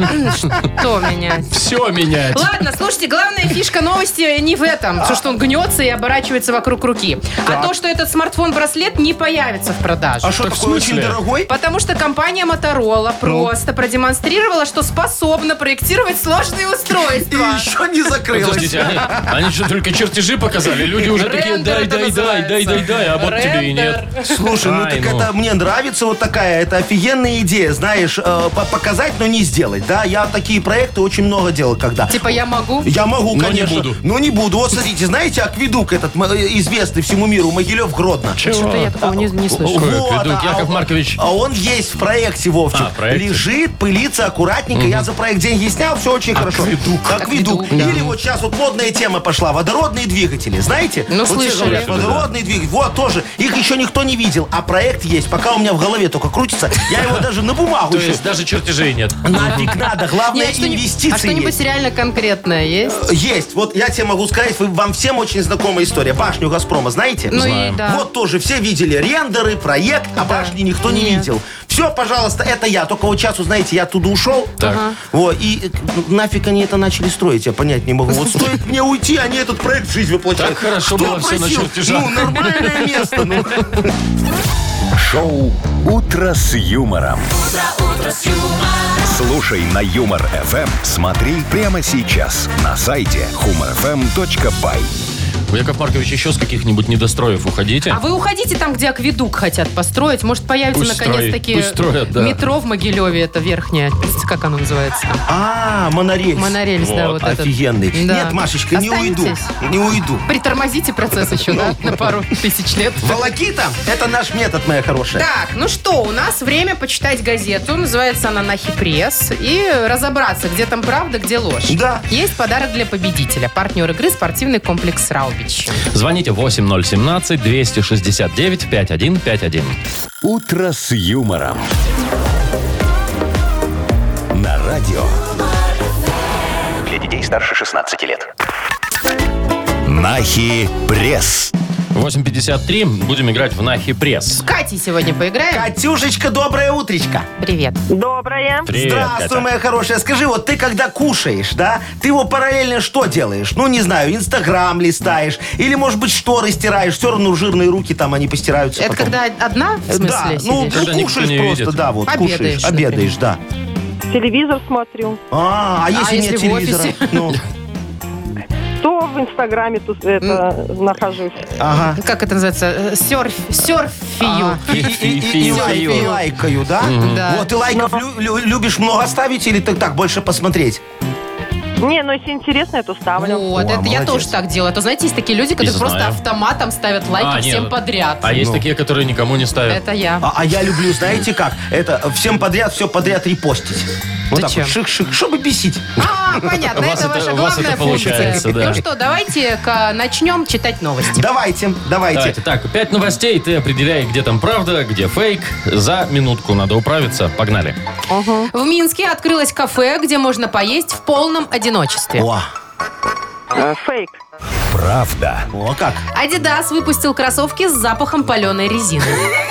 Что менять? Все менять. Ладно, слушайте, главная фишка новости не в этом, что он гнется и оборачивается вокруг руки. А то, что этот смартфон-браслет не появится в продаже. А что, Так в такой очень смысле? дорогой? Потому что компания Motorola просто продемонстрировала, что способна проектировать сложные И устройства. еще не закрылась. Подождите, они что, только чертежи показали? Люди уже такие, Рендер это дай, а вот тебе и нет. Слушай, ну Ай, так это мне нравится вот такая, это офигенная идея, знаешь, показать, но не сделать, да? Я такие проекты очень много делал когда. Типа я могу? Я могу, Но не конечно. буду. Но не буду. Вот смотрите, знаете, акведук этот известный всему миру, Могилев-Гродно. Что-то я такого не слышу. Какой акведук? Яков Маркович. А он есть в проекте, Вовчик. А, в проекте. Лежит, пылится аккуратненько. Я за проект деньги снял, все очень хорошо. Акведук. да. Или вот сейчас вот модная тема пошла. Водородные двигатели. Знаете? Ну, Вот все слышали. говорят, водородные двигатели. Вот тоже. Их еще никто не видел. А проект есть. Пока у меня в голове только крутится, я его даже на бумагу То еще. есть даже чертежи чертежей нет. Нафиг надо, главное инвестиции А что-нибудь есть. реально конкретное есть? Есть. Вот я тебе могу сказать, вам всем очень знакомая история. Башню «Газпрома» знаете? Ну и да. Вот тоже все видели рендеры, проект, а башни никто не Нет. видел. Все, пожалуйста, это я. Только вот сейчас, узнаете, я оттуда ушел. Так. Вот, и нафиг они это начали строить, я понять не могу. Вот стоит мне уйти, они этот проект в жизнь воплощают. Так хорошо Кто было все на просил? чертежах. Ну, нормальное место. Ну. Шоу «Утро с юмором». Слушай на Юмор ФМ. Смотри прямо сейчас на сайте humorfm.by. Яков Маркович, еще с каких-нибудь недостроев уходите. А вы уходите там, где акведук хотят построить. Может, появится Пусть наконец-таки пусть строят, да. метро в Могилеве, это верхнее. Как оно называется? Монорельс. Монорельс, да, вот этот. Офигенный. Да. Нет, Машечка, не уйду. Останетесь? Не уйду. Притормозите процесс еще, да, на пару тысяч лет. Волокита – это наш метод, моя хорошая. Так, ну что, у нас время почитать газету. Называется она «Нахи пресс». И разобраться, где там правда, где ложь. Да. Есть подарок для победителя. Партнер игры «Спортивный комплекс Раубич». Звоните 8017-269-5151. «Утро с юмором». На радио. Для детей старше 16 лет. Нахи пресс. 8:53. Будем играть в Нахи пресс. С Катей сегодня поиграем. Катюшечка, доброе утречко. Привет. Доброе. Привет, Здравствуй, Катя. моя хорошая. Скажи, вот ты когда кушаешь, да, ты его параллельно что делаешь? Ну, не знаю, Инстаграм листаешь, или, может быть, шторы стираешь, все равно жирные руки там, они постираются Это потом. когда одна, в смысле, Да, ну, сидишь? Когда никто кушаешь не просто, видит. да, вот, Обедаешь, кушаешь, обедаешь, да. Телевизор смотрю. А если нет если в телевизора? офисе? Ну, То в Инстаграме тут это нахожусь. ага. Как это называется? Серфию. И лайкаю, да? Да. Вот, и лайков любишь много ставить или ты так больше посмотреть? Не, ну если интересно, то ставлю. Вот, это я молодец. тоже так делаю. А то, знаете, есть такие люди, которые просто знаю. автоматом ставят лайки всем нет. подряд. А есть такие, которые никому не ставят. Это я. А я люблю, знаете как? Это всем подряд, все подряд репостить. Вот так Зачем? вот, шик-шик, чтобы бесить. Понятно, У вас это это- ваша у вас главная это получается, функция. да. Ну что, давайте-ка начнем читать новости. Давайте. Давайте. Так, 5 новостей. Ты определяй, где там правда, где фейк. За минутку надо управиться. Погнали. В Минске открылось кафе, где можно поесть в полном одиночестве. О, Фейк. Правда. о как. Adidas выпустил кроссовки с запахом паленой резины.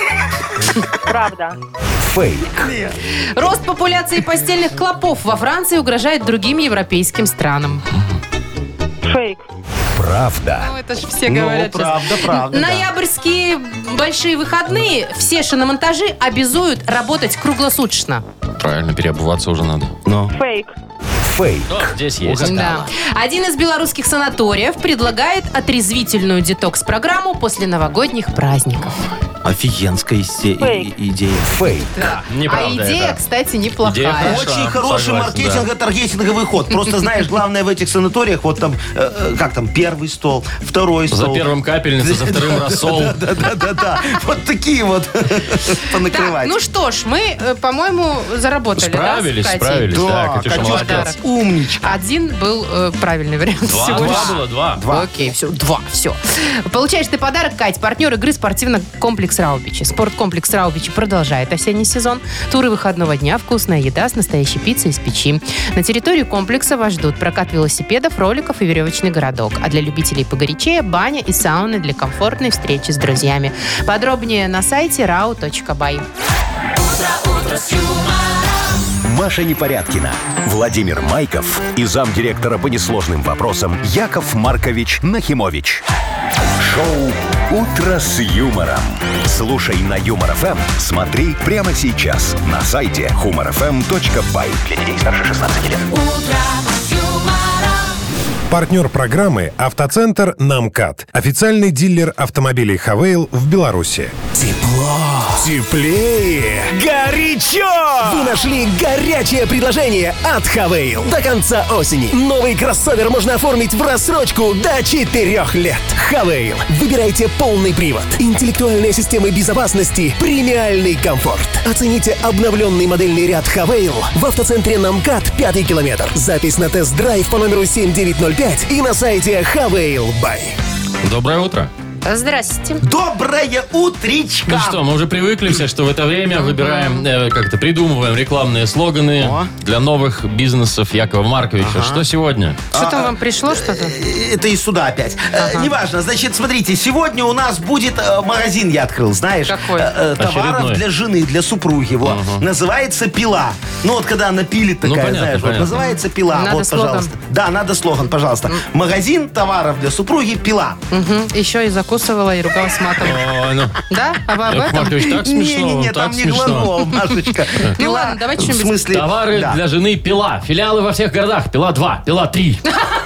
Правда. Фейк. Рост популяции постельных клопов во Франции угрожает другим европейским странам. Фейк. Правда. Ну, это же все Ну, говорят сейчас. правда. да. Ноябрьские большие выходные все шиномонтажи обязуют работать круглосуточно. Правильно, переобуваться уже надо. Ну. Фейк. Фейк. О, здесь есть. Да. Один из белорусских санаториев предлагает отрезвительную детокс-программу после новогодних праздников. Офигенская Фейк. идея. Фейк. Неправда А идея, это. кстати, неплохая. Идея хорошая. Очень хороший Согласен, маркетинго-таргетинговый ход. Просто знаешь, главное в этих санаториях, вот там, как там, первый стол, второй За стол. первым капельница, за вторым рассол. Да. Вот такие вот Так, понакрывать. ну что ж, мы, по-моему, заработали, Справились, да, с Катей? справились. Да, Да, Катюша, Катюшка, молодец. умничка. Один был правильный вариант всего Два лишь. было, два. Окей, все, два, все. Получаешь ты подарок, Кать, партнер игры «Спортивный комплекс Раубичи». Спорткомплекс Раубичи продолжает осенний сезон. Туры выходного дня, вкусная еда с настоящей пиццей из печи. На территории комплекса вас ждут прокат велосипедов, роликов и веревочный городок. А для любителей погорячее – баня и сауны для комфортной встречи с друзьями. Подробнее на сайте rau.by. Маша Непорядкина, Владимир Майков и замдиректора по несложным вопросам Яков Маркович Нахимович. Шоу «Утро с юмором». Слушай на Юмор ФМ, смотри прямо сейчас на сайте humorfm.by. Для детей старше 16 лет. Партнер программы «Автоцентр Намкат». Официальный дилер автомобилей «Хавейл» в Беларуси. Тепло, теплее, горячо! Вы нашли горячее предложение от Хавейл. До конца осени новый кроссовер можно оформить в рассрочку до 4 лет. Хавейл. Выбирайте полный привод, интеллектуальные системы безопасности, премиальный комфорт. Оцените обновленный модельный ряд Хавейл в автоцентре Намкат 5-й километр. Запись на тест-драйв по номеру 7905 и на сайте Хавейл Бай. Доброе утро. Здравствуйте. Доброе утречко. Ну что, мы уже привыкли все, что в это время выбираем, как-то придумываем рекламные слоганы для новых бизнесов Якова Марковича. Что сегодня? Что там вам пришло что-то? Это из суда опять. Неважно. Значит, смотрите, сегодня у нас будет магазин, я открыл, знаешь. Какой? Товаров Очередной. для жены, для супруги. Вот. Называется «Пила». Ну вот когда она пилит такая, понятно, знаешь, вот, понятно. называется «Пила». Надо вот, слоган. пожалуйста. Да, надо слоган, пожалуйста. Магазин товаров для супруги «Пила». Еще и закусывала, и ругалась матом. Ой, ну, Да? А вы об Яков этом? Маркович, так смешно. Не-не-не, так там не смешно. глагол, Машечка. Ну Пила, ладно, давайте в что-нибудь. смысле... Товары да. для жены «Пила». Филиалы во всех городах. «Пила 2», «Пила 3».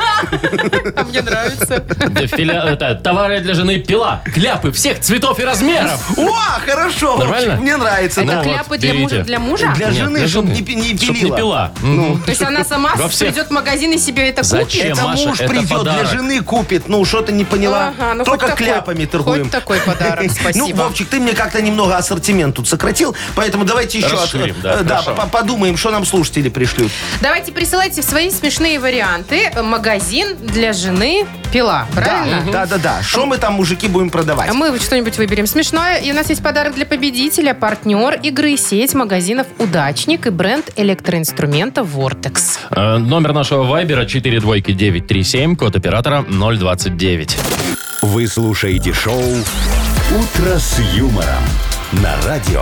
А мне нравится. Товары для жены «Пила». Кляпы всех цветов и размеров. О, хорошо, Нормально? Вовчик, мне нравится. Ну Это да. вот, кляпы для берите. мужа? Для мужа? Для Нет, жены, для чтобы жены. не Чтоб не пилила. пила. То есть она сама Во всех- придет в магазин и себе это Зачем? купит? Это Маша, муж это придет, для подарок. жены купит. Ну, что ты не поняла? Ага, ну Только хоть такой- кляпами торгуем. Хоть такой подарок, Ну, спасибо. Вовчик, ты мне как-то немного ассортимент тут сократил, поэтому давайте еще Расширим, да, хорошо. подумаем, что нам слушатели пришлют. Давайте присылайте свои смешные варианты. Магазин для жены «Пила». Правильно? Да. Что мы там, мужики, будем продавать? А мы что-нибудь выберем смешное. И у нас есть подарок для победителя. Партнер игры сеть магазинов «Удачник» и бренд электроинструментов «Вортекс». Номер нашего вайбера 42937, код оператора 029. Вы слушаете шоу «Утро с юмором» на радио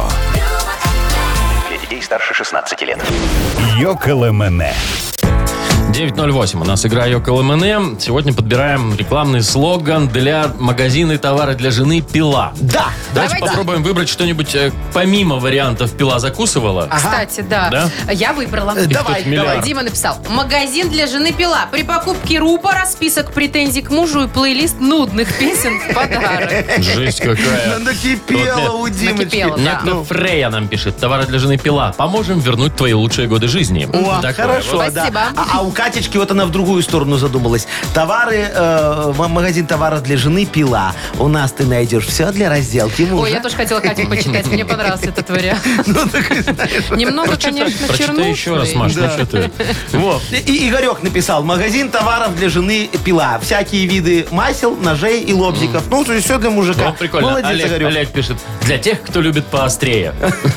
Для детей старше 16 лет. Йоколэмэне. 908. У нас игра Йокол МНМ. Сегодня подбираем рекламный слоган для магазина и товары для жены «Пила». Да. Давайте попробуем выбрать что-нибудь помимо вариантов «Пила закусывала». Кстати, да. Да? Я выбрала. Давай, тут миллиард. Дима написал. Магазин для жены «Пила». При покупке рупора список претензий к мужу и плейлист нудных песен в подарок. Жесть какая. Накипело у Димочки. Накипело, да. Некто Фрея нам пишет. Товары для жены «Пила». Поможем вернуть твои лучшие годы жизни. О, Такое хорошо, вот. да. Спасибо. А у Катечки вот она в другую сторону задумалась. Товары, магазин товаров для жены «Пила». У нас ты найдешь все для разделки мужа. Ой, я тоже хотела Катю почитать. Мне понравился этот вариант. Ну, так и знаешь. Немного, конечно, Прочитай чернушный. еще раз, Маш, ну что ты. Вот. И Игорек написал: магазин товаров для жены «Пила». Всякие виды масел, ножей и лобзиков. Ну, то есть все для мужика. Ну, прикольно. Молодец, Игорек. Олег пишет. Для тех, кто любит поострее.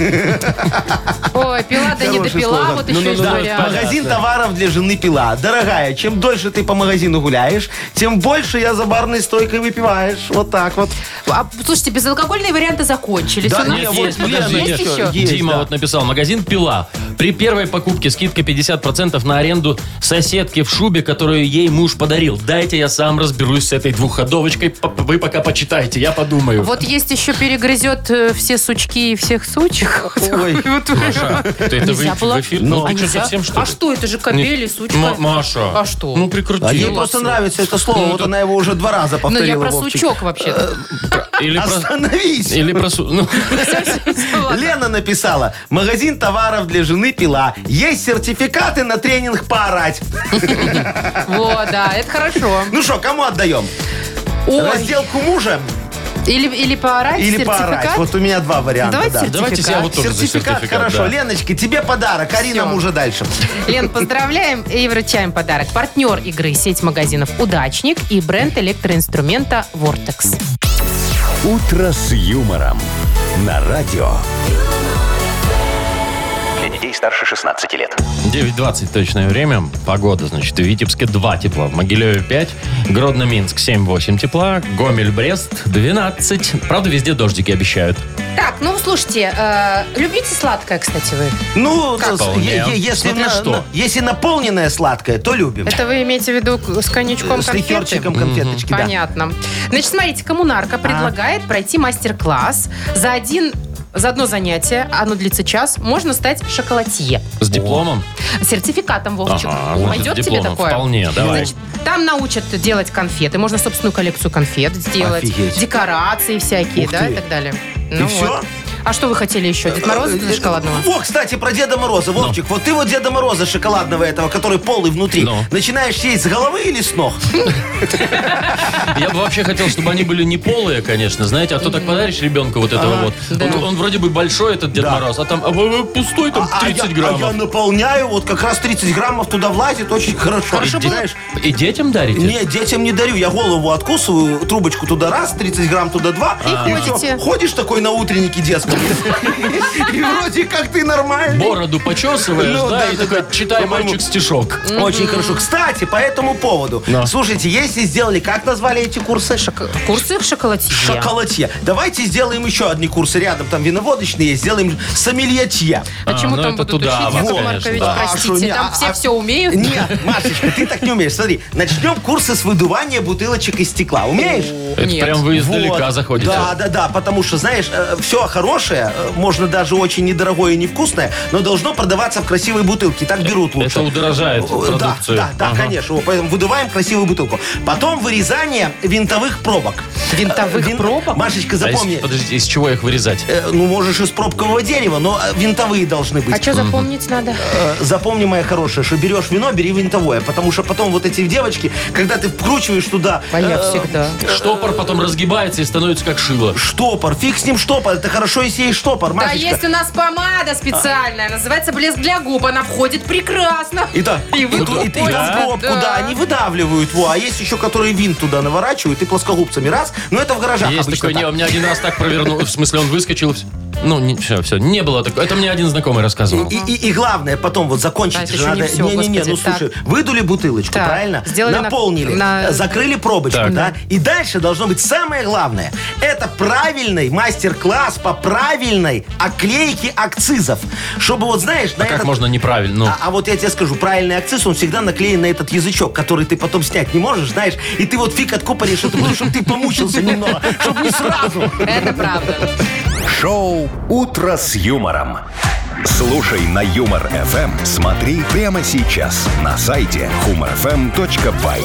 Ой, пила да не Хороший допила, слоган. вот еще Ну-ну-ну, история. понятно. Магазин товаров для жены «Пила». Дорогая, чем дольше ты по магазину гуляешь, тем больше я за барной стойкой выпиваешь. Вот так вот. А, слушайте, безалкогольные варианты закончились. Да, У нас нет, есть, вот Лена есть еще. еще? Есть, Дима да. вот написал. Магазин «Пила». При первой покупке скидка 50% на аренду соседки в шубе, которую ей муж подарил. Дайте я сам разберусь с этой двухходовочкой. Вы пока почитайте, я подумаю. Вот есть еще перегрызет все сучки и всех сучих. Ой. Маша, ты это Нельзя в было? эфир? Ну, Ну, а ты что, нельзя? совсем что А ли? что, это же кобели, сучка. Маша. А что? Ну, прекрати. А ей Ну, просто ладно. нравится это слово. Ну, Вот это- она его уже 2 раза Ну, повторила. я про Вовчик. сучок вообще-то. Или про... Остановись. Или про... Ну, Лена написала: магазин товаров для жены «Пила». Есть сертификаты на тренинг поорать. Вот, да, это хорошо. Ну что, кому отдаем? Ой, Разделку мужа или поорать, или сертификат? поорать? Вот у меня 2 варианта. Давайте да. сертификат. давайте я вот тоже за сертификат. хорошо. да. Леночка, тебе подарок. Арина Всё. мужа дальше. Лен, поздравляем и вручаем подарок. Партнер игры сеть магазинов «Удачник» и бренд электроинструмента «Вортекс». «Утро с юмором» на радио. Для детей старше 16 лет. 9:20 точное время. Погода, значит, в Витебске 2 тепла, в Могилеве 5, Гродно-Минск 7-8 тепла, Гомель-Брест 12. Правда, везде дождики обещают. Так, ну, слушайте, любите сладкое, кстати, вы? Ну, Вполне. если, Смотря что. если наполненное сладкое, то любим. Это вы имеете в виду с коньячком С конфеты? ликерчиком конфеточки, да. Понятно. Значит, смотрите, коммунарка предлагает пройти мастер-класс за одно занятие, оно длится час, можно стать шоколадье. С дипломом? Сертификатом, Вовчик. Ага, значит, Пойдет с тебе дипломом. такое? Вполне, давай. Значит, там научат делать конфеты. Можно собственную коллекцию конфет сделать. Офигеть. Декорации всякие, Ух да, ты. и так далее. И все? А что вы хотели еще? Дед Мороз шоколадного? Во, кстати, про Деда Мороза. Вовчик, вот ты вот Деда Мороза шоколадного этого, который полый внутри, начинаешь съесть с головы или с ног? Я бы вообще хотел, чтобы они были не полые, конечно, знаете, а то так подаришь ребенку вот этого вот. Он вроде бы большой, этот Дед Мороз, а там пустой, там 30 граммов. А я наполняю, вот как раз 30 граммов туда влазит, очень хорошо. Знаешь, и детям дарите? Нет, детям не дарю. Я голову откусываю, трубочку туда раз, 30 грамм туда два. И ходите. Всё. Ходишь такой на утреннике детском. И вроде как ты нормальный. Бороду почесываешь, да, и такой, читай, мальчик, стишок. Очень хорошо. Кстати, по этому поводу. Слушайте, если сделали, как назвали эти курсы? Курсы в шоколадье. Шоколадье. Давайте сделаем еще одни курсы рядом. Там виноводочные есть. Сделаем сомельетье. А чему там будут учить, Яков Маркович? Простите, там все умеют? Нет, Машечка, ты так не умеешь. Смотри, начнем курсы с выдувания бутылочек из стекла. Умеешь? Это прям вы издалека заходите. Да, потому что, знаешь, все хорошее, можно даже очень недорогое и невкусное, но должно продаваться в красивой бутылке. Так берут лучше. Это удорожает продукцию. Да, конечно. Поэтому выдуваем красивую бутылку. Потом вырезание винтовых пробок. Винтовых пробок? Машечка, запомни. Подождите, из чего их вырезать? Ну, можешь из пробкового дерева, но винтовые должны быть. А что запомнить надо? Запомни, моя хорошая, что берешь вино, бери винтовое, потому что потом вот эти девочки, когда ты вкручиваешь туда... А я всегда. Штопор потом разгибается и становится как шило. Штопор, фиг с ним штопор, это хорошо, если есть штопор, Да, Машечка. есть у нас помада специальная, называется блеск для губ, она входит прекрасно. И там выходит. пробку, да, они выдавливают, а есть еще, которые винт туда наворачивают и плоскогубцами раз, но это в гаражах Есть обычно такой, так. у меня один раз так провернул, в смысле он выскочил, все, не было такого. Это мне один знакомый рассказывал. И главное, потом вот закончить Да, это же еще не надо. всё, Не-не-не, господи, ну слушай, выдули бутылочку, Так, правильно? сделали Наполнили, закрыли пробочку, Так. да? И дальше должно быть самое главное. Это правильный мастер-класс по правильной оклейке акцизов. Чтобы вот, знаешь, на Как этот... можно неправильно? А вот я тебе скажу, правильный акциз, он всегда наклеен на этот язычок, который ты потом снять не можешь, знаешь, и ты вот фиг откупоришь, чтобы ты помучился немного, чтобы не сразу. Это правда. Шоу «Утро с юмором». Слушай на Юмор ФМ. Смотри прямо сейчас на сайте humorfm.by.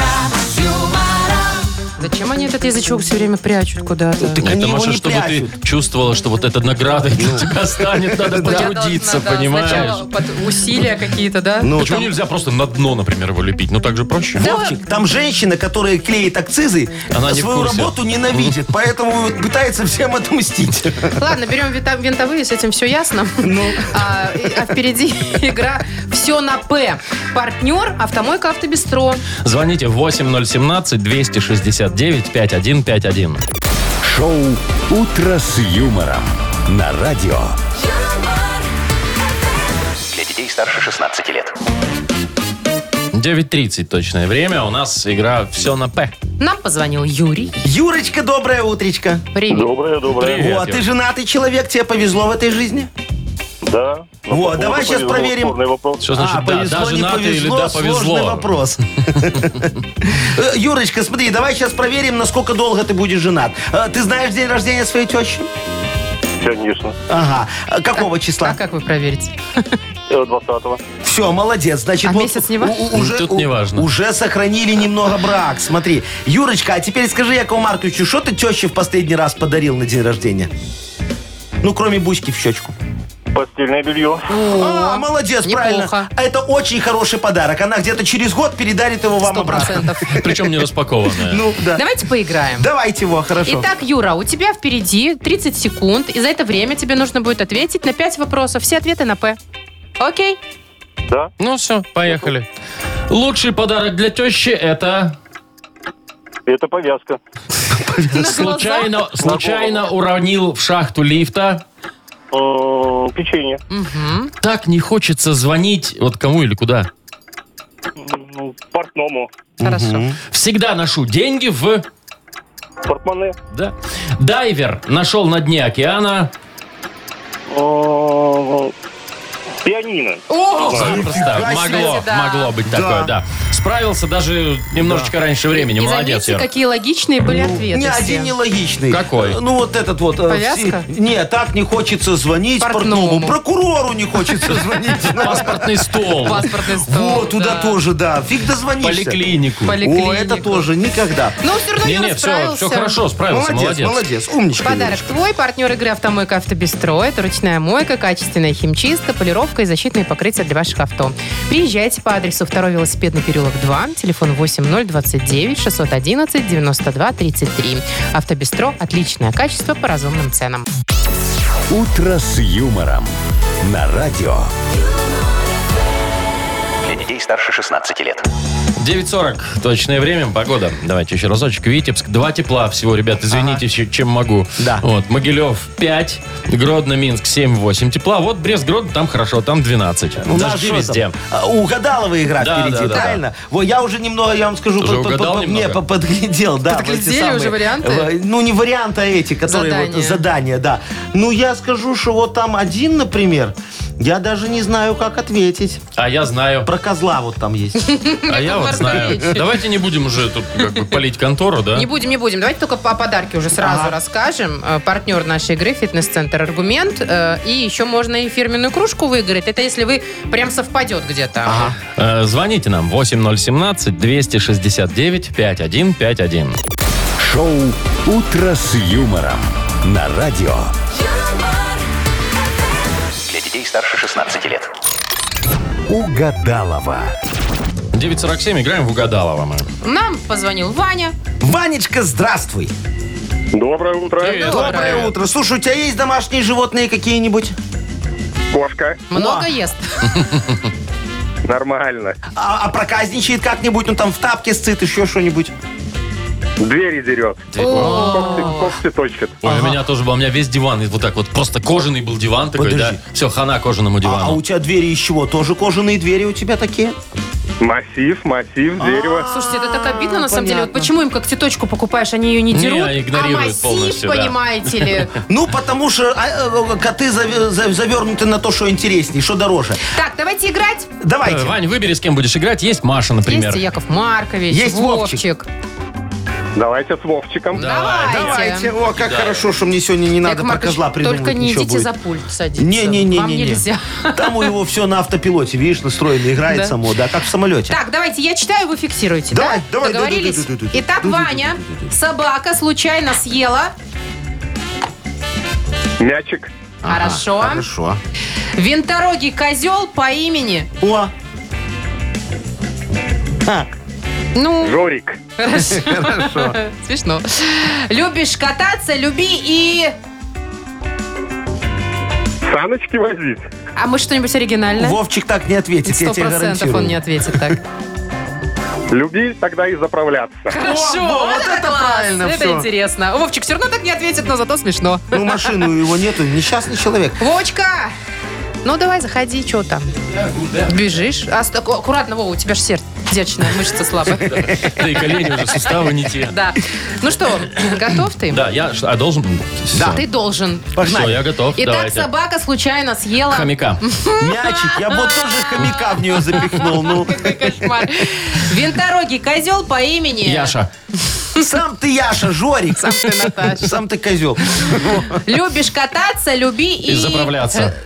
Зачем они этот язычок все время прячут куда-то? Так они Это, его Маша, не чтобы ты прячут. чувствовала, что вот эта награда для тебя станет, надо потрудиться, понимаешь? Сначала под усилия какие-то, да? Почему нельзя просто на дно, например, его лепить? Ну так же проще. Вовчик, там женщина, которая клеит акцизы, Она не в свою курсе. работу ненавидит, поэтому вот пытается всем отомстить. Ладно, берем винтовые, с этим все ясно. А впереди игра «Все на П». Партнер «Автомойка Автобестро». Звоните 8017-269-5151. Шоу «Утро с юмором» на радио. Для детей старше 16 лет. 9:30 точное время. У нас игра «Все на П». Нам позвонил Юрий. Юрочка, доброе утречко. Привет. Доброе. Привет, Вот, ты Юр. женатый человек, тебе повезло в этой жизни? Да. Вот, давай сейчас проверим. Сложный вопрос. Что значит да? повезло, Да, не женатый или повезло, да, сложный повезло? вопрос. Юрочка, смотри, давай сейчас проверим, насколько долго ты будешь женат. Ты знаешь день рождения своей тещи? Конечно. Ага. Какого числа? А как вы проверите? 20-го. Все, молодец. Значит, А вот месяц не важно? Тут не важно. Уже сохранили немного брак. Смотри. Юрочка, а теперь скажи Якову Марковичу, что ты теще в последний раз подарил на день рождения? Ну, кроме бусики в щечку. Постельное белье. Молодец, правильно. неплохо. Это очень хороший подарок. Она где-то через год передарит его вам обратно. 100%. Причем не распакованная. Ну, да. Давайте поиграем. Давайте его, хорошо. Итак, Юра, у тебя впереди 30 секунд, и за это время тебе нужно будет ответить на 5 вопросов. Все ответы на П. Окей? Да. Ну все, поехали. Лучший подарок для тещи это... Это повязка. Случайно уронил в шахту лифта. Печенье. Так не хочется звонить. Вот кому или куда? Портному. Хорошо. Всегда ношу деньги в... Портмоне. Да. Дайвер нашел на дне океана... Пианино. Запросто. Могло быть такое, да. Справился даже немножечко раньше времени. И Молодец, заметьте, Яр. какие логичные были ответы. Ни все. один нелогичный. Какой? Ну, вот этот вот. Повязка? Не, так не хочется звонить Портному. портному. Прокурору не хочется звонить. Паспортный стол. Паспортный стол. Вот, туда да. тоже, да. Фиг дозвонишься. Поликлинику. О, это тоже никогда. Но все равно Не-не, Юра все справился. хорошо, справился, молодец. Умничка. Подарок Юрочка. твой, партнер игры «Автомойка Автобестро». Это ручная мойка, качественная химчистка, полировка и защитные покрытия для ваших авто. Приезжайте по адресу 2 велосипедный переулок 2, телефон 8029 611 92 33. «Автобестро» – отличное качество по разумным ценам. «Утро с юмором» на радио. Для детей старше 16 лет. 9:40. Точное время. Погода. Давайте еще разочек. Витебск. 2 тепла всего, ребят. Извините, чем могу. Да. Вот. Могилев 5. Гродно, Минск 7-8 тепла. Вот Брест-Гродно, там хорошо, там 12. У нас Дожди что везде. там? Угадалова игра Да, впереди, да, правильно? Вот я уже немного, я вам скажу, Уже угадал немного? подглядел, да. Подглядели вот эти самые, уже варианты? Ну, не варианты, а эти, которые Задания. задания, да. Ну, я скажу, что вот там один, например, я даже не знаю, как ответить. А я знаю. Про козла вот там есть. А я вот знаю. Давайте не будем уже тут как бы палить контору, да? Не будем. Давайте только по подарке уже сразу расскажем. Партнер нашей игры — фитнес-центр «Аргумент». И еще можно и фирменную кружку выиграть. Это если вы прям совпадет где-то. Звоните нам 8017-269-5151. Шоу «Утро с юмором» на радио. Для детей старше 16 лет. Угадалова. 9:47. Играем в Угадалова мы. Нам позвонил Ваня. Ванечка, здравствуй. Доброе утро. Привет. Доброе утро. Слушай, у тебя есть домашние животные какие-нибудь? Кошка. Много ест. Нормально. А проказничает как-нибудь? Ну, там в тапке сцит, еще что-нибудь? Двери дерет. Когти точит. Ой, у меня тоже был. У меня весь диван вот так вот. Просто кожаный был диван такой, Подожди. да. Все, хана кожаному А дивану. у тебя двери из чего? Тоже кожаные двери у тебя такие? Массив, дерево. Слушайте, это так обидно на самом деле. Вот понятно. почему им как цветочку покупаешь, они ее не Не, дерут? игнорируют а массив, полностью, да. понимаете ли. Ну, потому что коты завернуты на то, что интересней, что дороже. Так, давайте играть. Давайте. Вань, выбери, с кем будешь играть. Есть Маша, например. Есть Яков Маркович, Есть Вовчик. Давайте с Вовчиком. Давайте. О, как хорошо, что мне сегодня не надо Яков про Маркович, козла придумывать. только не ничего идите будет. за пульт садиться. Не-не-не. Вам нельзя. Там у него все на автопилоте, видишь, настроено, играет Да. само, да, как в самолете. Так, давайте, я читаю, вы фиксируете, Давай, да? давай, Договорились? да. Итак, Ваня, собака случайно съела. Мячик. Хорошо. Хорошо. Винторогий козел по имени. О. А, Ну, Жорик. хорошо. смешно. Любишь кататься, люби и... Саночки возить. А мы что-нибудь оригинальное? Вовчик так не ответит, я тебе 100% гарантирую. он не ответит так. Люби, тогда и заправляться. Хорошо, вот это класс, правильно это всё. интересно. Вовчик все равно так не ответит, но зато смешно. Ну, машину его нету, несчастный человек. Вовочка! Ну, давай, заходи, что там? Бежишь? Аккуратно, Вова, у тебя же сердечная мышца слабая. Да и колени уже, суставы не те. Да. Ну что, готов ты? Да, я должен... Да. Ты должен. Все, я готов. Итак, Давайте. собака случайно съела... Хомяка. Мячик, я бы вот тоже хомяка в нее запихнул. Ну, Какой кошмар. Винторогий козел по имени... Яша. сам ты Яша, Жорик. Сам ты, Наташа. Сам ты козел. Любишь кататься, люби и... И заправляться.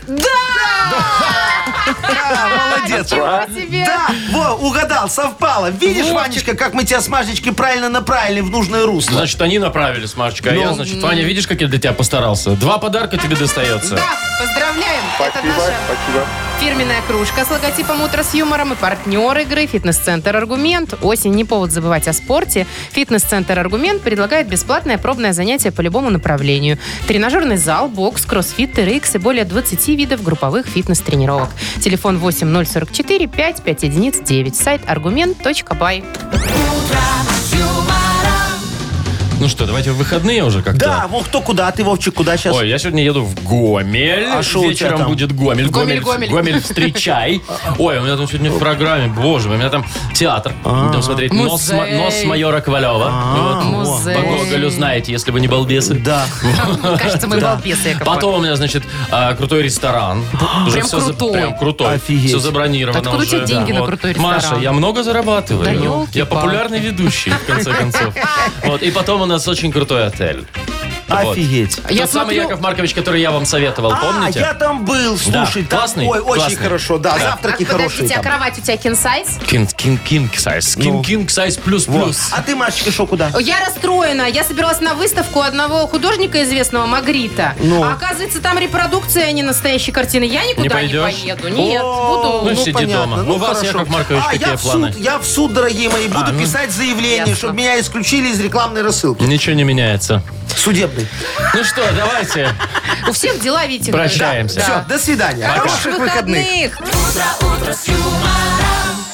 Молодец. Чего себе? Да, во, угадал, совпало. Видишь, Вовчик. Ванечка, как мы тебя с Машечкой правильно направили в нужное русло. Значит, они направили с Машечкой, а я, значит, Ваня, видишь, как я для тебя постарался? 2 подарка тебе достается. Да, поздравляем. Это Спасибо, наша спасибо. фирменная кружка с логотипом «Утро с юмором» и партнер игры «Фитнес-центр Аргумент». Осень не повод забывать о спорте. «Фитнес-центр Аргумент» предлагает бесплатное пробное занятие по любому направлению. Тренажерный зал, бокс, кроссфит, TRX и более 20 видов групповых фитнес-тренировок. Телефон 8044 5519. Сайт argument.by. Ну что, давайте в выходные уже как-то. Да, вот кто куда, ты, Вовчик, куда сейчас? Ой, я сегодня еду в Гомель. А шо у тебя Вечером там? будет Гомель. Гомель, встречай. Ой, у меня там сегодня в программе, боже мой, у меня там театр. Будем смотреть нос майора Ковалева. Музей. По Гоголю знаете, если вы не балбесы. Да. Кажется, мы балбесы, Яков Потом у меня, значит, крутой ресторан. Прям крутой. Прям крутой. Офигеть. Все забронировано Откуда у тебя уже. деньги на крутой ресторан? Маша, я много зарабатываю. Да Я ёлки-палки. популярный ведущий, в конце концов. Вот. И потом у нас очень крутой отель. Вот. Офигеть. Я Тот самый смотрю- Яков Маркович, который я вам советовал, помните? я там был, слушай, Да. там, Классный? ой, очень Классный. хорошо, да, завтраки хорошие Подождите, а там. кровать у тебя king size? King size. King size плюс. А ты, Машечка, шо куда? Я расстроена. Я собиралась на выставку одного художника известного, Магрита. Ну. А оказывается, там репродукция, а не настоящие картины. Я никуда не пойдешь? поеду. Нет, О, буду. Ну, сиди понятно. дома. Ну, У вас, хорошо. Яков Маркович, какие я в планы? суд, я в суд, дорогие мои, буду писать заявление, Ясно. чтобы меня исключили из рекламной рассылки. Ничего не меняется. Судебный. Ну что, давайте У всех дела, видите. прощаемся. Все, до свидания. Хороших Хороших выходных. выходных. Утро с юмором.